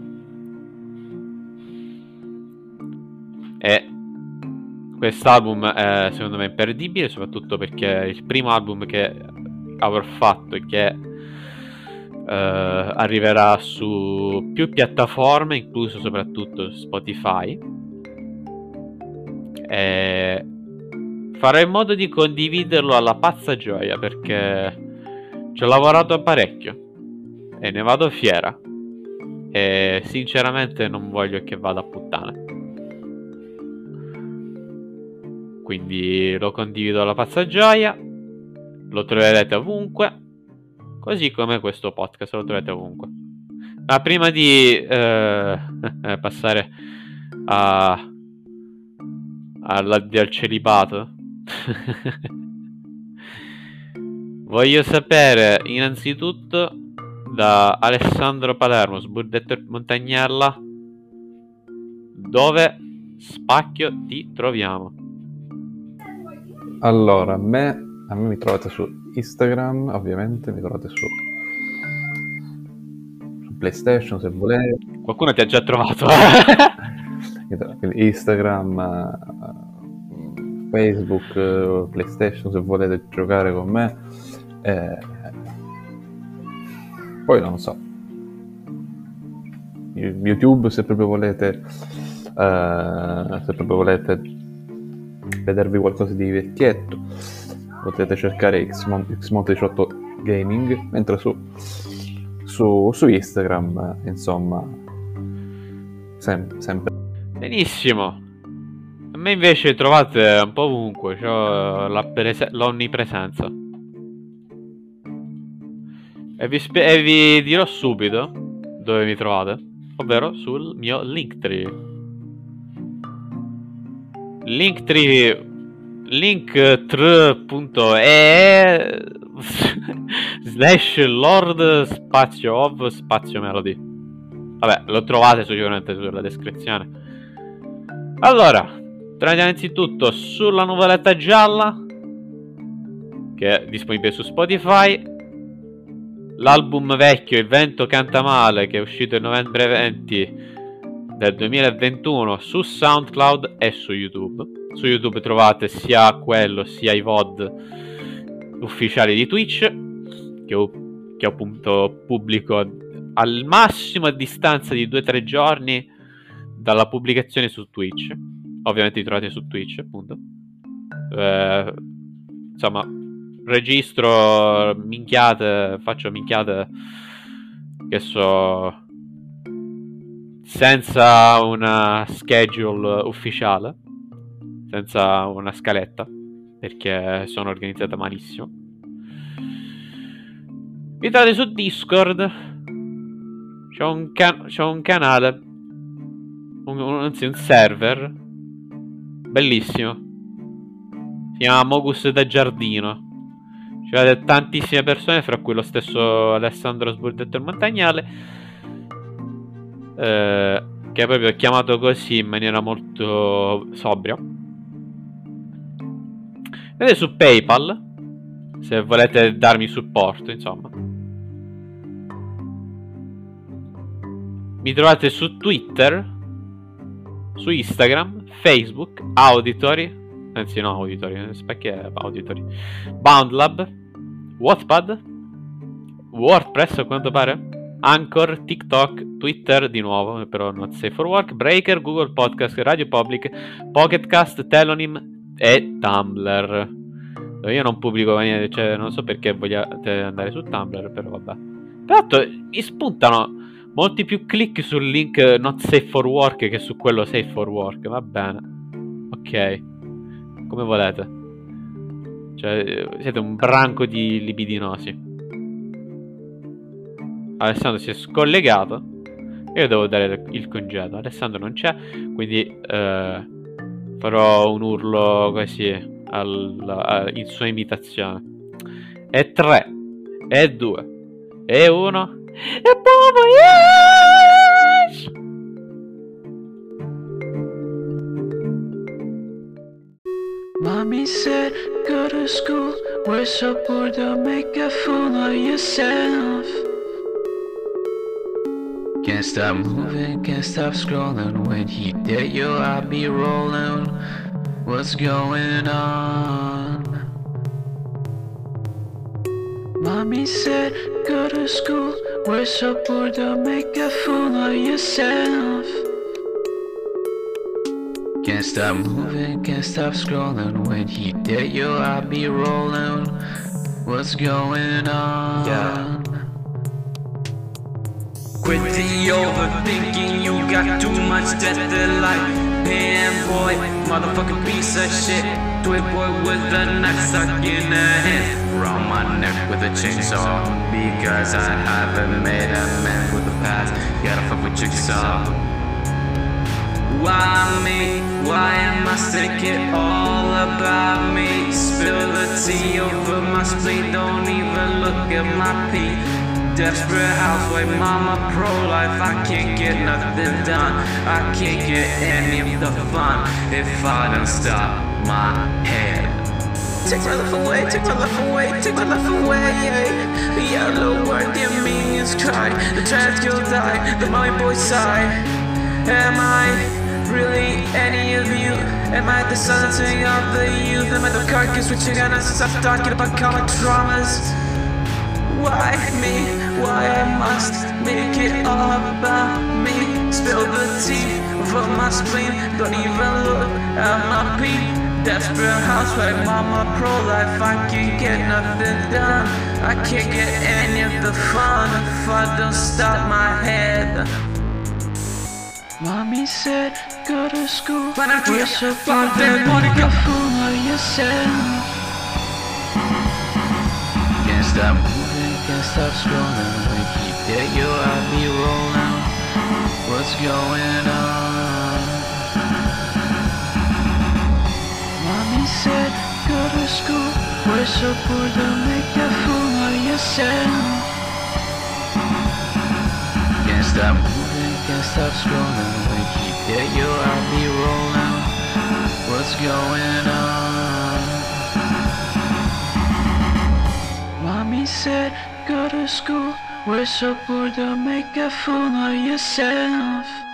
E quest'album è secondo me imperdibile, soprattutto perché è il primo album che avrò fatto e che eh, arriverà su più piattaforme, incluso soprattutto Spotify. E farò in modo di condividerlo alla pazza gioia, perché ci ho lavorato parecchio e ne vado fiera, e sinceramente non voglio che vada a puttane. Quindi lo condivido alla pazza gioia, lo troverete ovunque, così come questo podcast lo troverete ovunque. Ma prima di eh, passare a, all'addio al celibato, voglio sapere innanzitutto da Alessandro Palermo, Sburdetto Montagnella, dove spacchio ti troviamo? Allora, a me, a me mi trovate su Instagram, ovviamente, mi trovate su, su PlayStation se volete. Qualcuno ti ha già trovato? Quindi Instagram, uh, Facebook, uh, PlayStation se volete giocare con me. Eh, poi non so. YouTube se proprio volete, uh, se proprio volete vedervi qualcosa di vecchietto, potete cercare Xmonte diciotto Gaming, mentre su, su, su Instagram, insomma, sem- sempre. Benissimo. A me invece trovate un po' ovunque, c'ho la prese- l'onnipresenza. E vi, spe- e vi dirò subito dove mi trovate, ovvero sul mio Linktree. Linktree linktree.ee slash lord spazio ov spazio melody. Vabbè, lo trovate sicuramente sulla descrizione. Allora, torniamo innanzitutto sulla nuvoletta gialla, che è disponibile su Spotify. L'album vecchio Il vento canta male, che è uscito il novembre venti del duemilaventuno su SoundCloud e su YouTube. Su YouTube trovate sia quello sia i V O D ufficiali di Twitch, che ho, che ho appunto pubblico al massimo a distanza di due tre giorni dalla pubblicazione su Twitch. Ovviamente li trovate su Twitch, appunto. Eh, insomma, registro minchiate, faccio minchiate che so, senza una schedule ufficiale, senza una scaletta, perché sono organizzata malissimo. Mi trovate su Discord, c'è un, can- c'è un canale, un, un, anzi un server bellissimo, si chiama Mogus da Giardino. Ci sono tantissime persone, fra cui lo stesso Alessandro Sburdetto il Montagnale, eh, che è proprio chiamato così in maniera molto sobria. Vedete su PayPal, se volete darmi supporto, insomma. Mi trovate su Twitter, su Instagram, Facebook, Auditory, anzi no, Auditory, specchio è Auditory, Boundlab, Wattpad, WordPress a quanto pare, Anchor, TikTok, Twitter di nuovo, però not safe for work, Breaker, Google Podcast, Radio Public, Pocketcast, Telonym e Tumblr. Io non pubblico niente, cioè non so perché vogliate andare su Tumblr, però vabbè. Peraltro mi spuntano molti più click sul link not safe for work che su quello safe for work, va bene. Ok, come volete. Cioè, siete un branco di libidinosi. Alessandro si è scollegato. Io devo dare il congedo. Alessandro non c'è, quindi eh, farò un urlo così al, al, in sua imitazione. E tre, e due, e uno, e Bobo, yes! Mommy said, go to school, we're so bored, don't make a fool of yourself. Can't stop moving, can't stop scrolling. When he did you, I'll be rolling. What's going on? Mommy said, go to school. We're so bored, don't make a fool of yourself. Can't stop moving, can't stop scrolling. When he did you, I'll be rolling. What's going on? Yeah. Quit the overthinking, you got too much debt to life. Damn boy, motherfucking piece of shit. Twit boy with a knife stuck in a hand. Round my neck with a chainsaw. Because I haven't made amends with the past. Gotta fuck with jigsaw. Why me? Why must it get all about me? Spill the tea over my spleen. Don't even look at my pee. Desperate housewife, mama pro-life. I can't get nothing done. I can't get any of the fun if I don't stop my head. Take my life away, take my life away, take my life away. The yellow word, the minions cry. The trans girl die, the mommy boy sigh. Am I really any of you? Am I the silencing of the youth? Am I the carcass which you're gonna stop talking about common traumas? Why me? Why I must make it all about me? Spill the tea over my spleen. Don't even look at my pee. Desperate housewife, mama pro-life. I can't get nothing done. I can't get any of the fun if I don't stop my head. Mommy said, go to school. We're so far, then make a fool of yourself. Can't stop moving, can't stop scrolling. When he did you, I'll be rolling. What's going on? Mommy said, go to school. We're so poor, don't make a fool of yourself. Can't stop moving, can't stop scrolling. When he did you, I'll be rolling. What's going on? Mommy said, go to school. We're so poor, don't make a fool of yourself.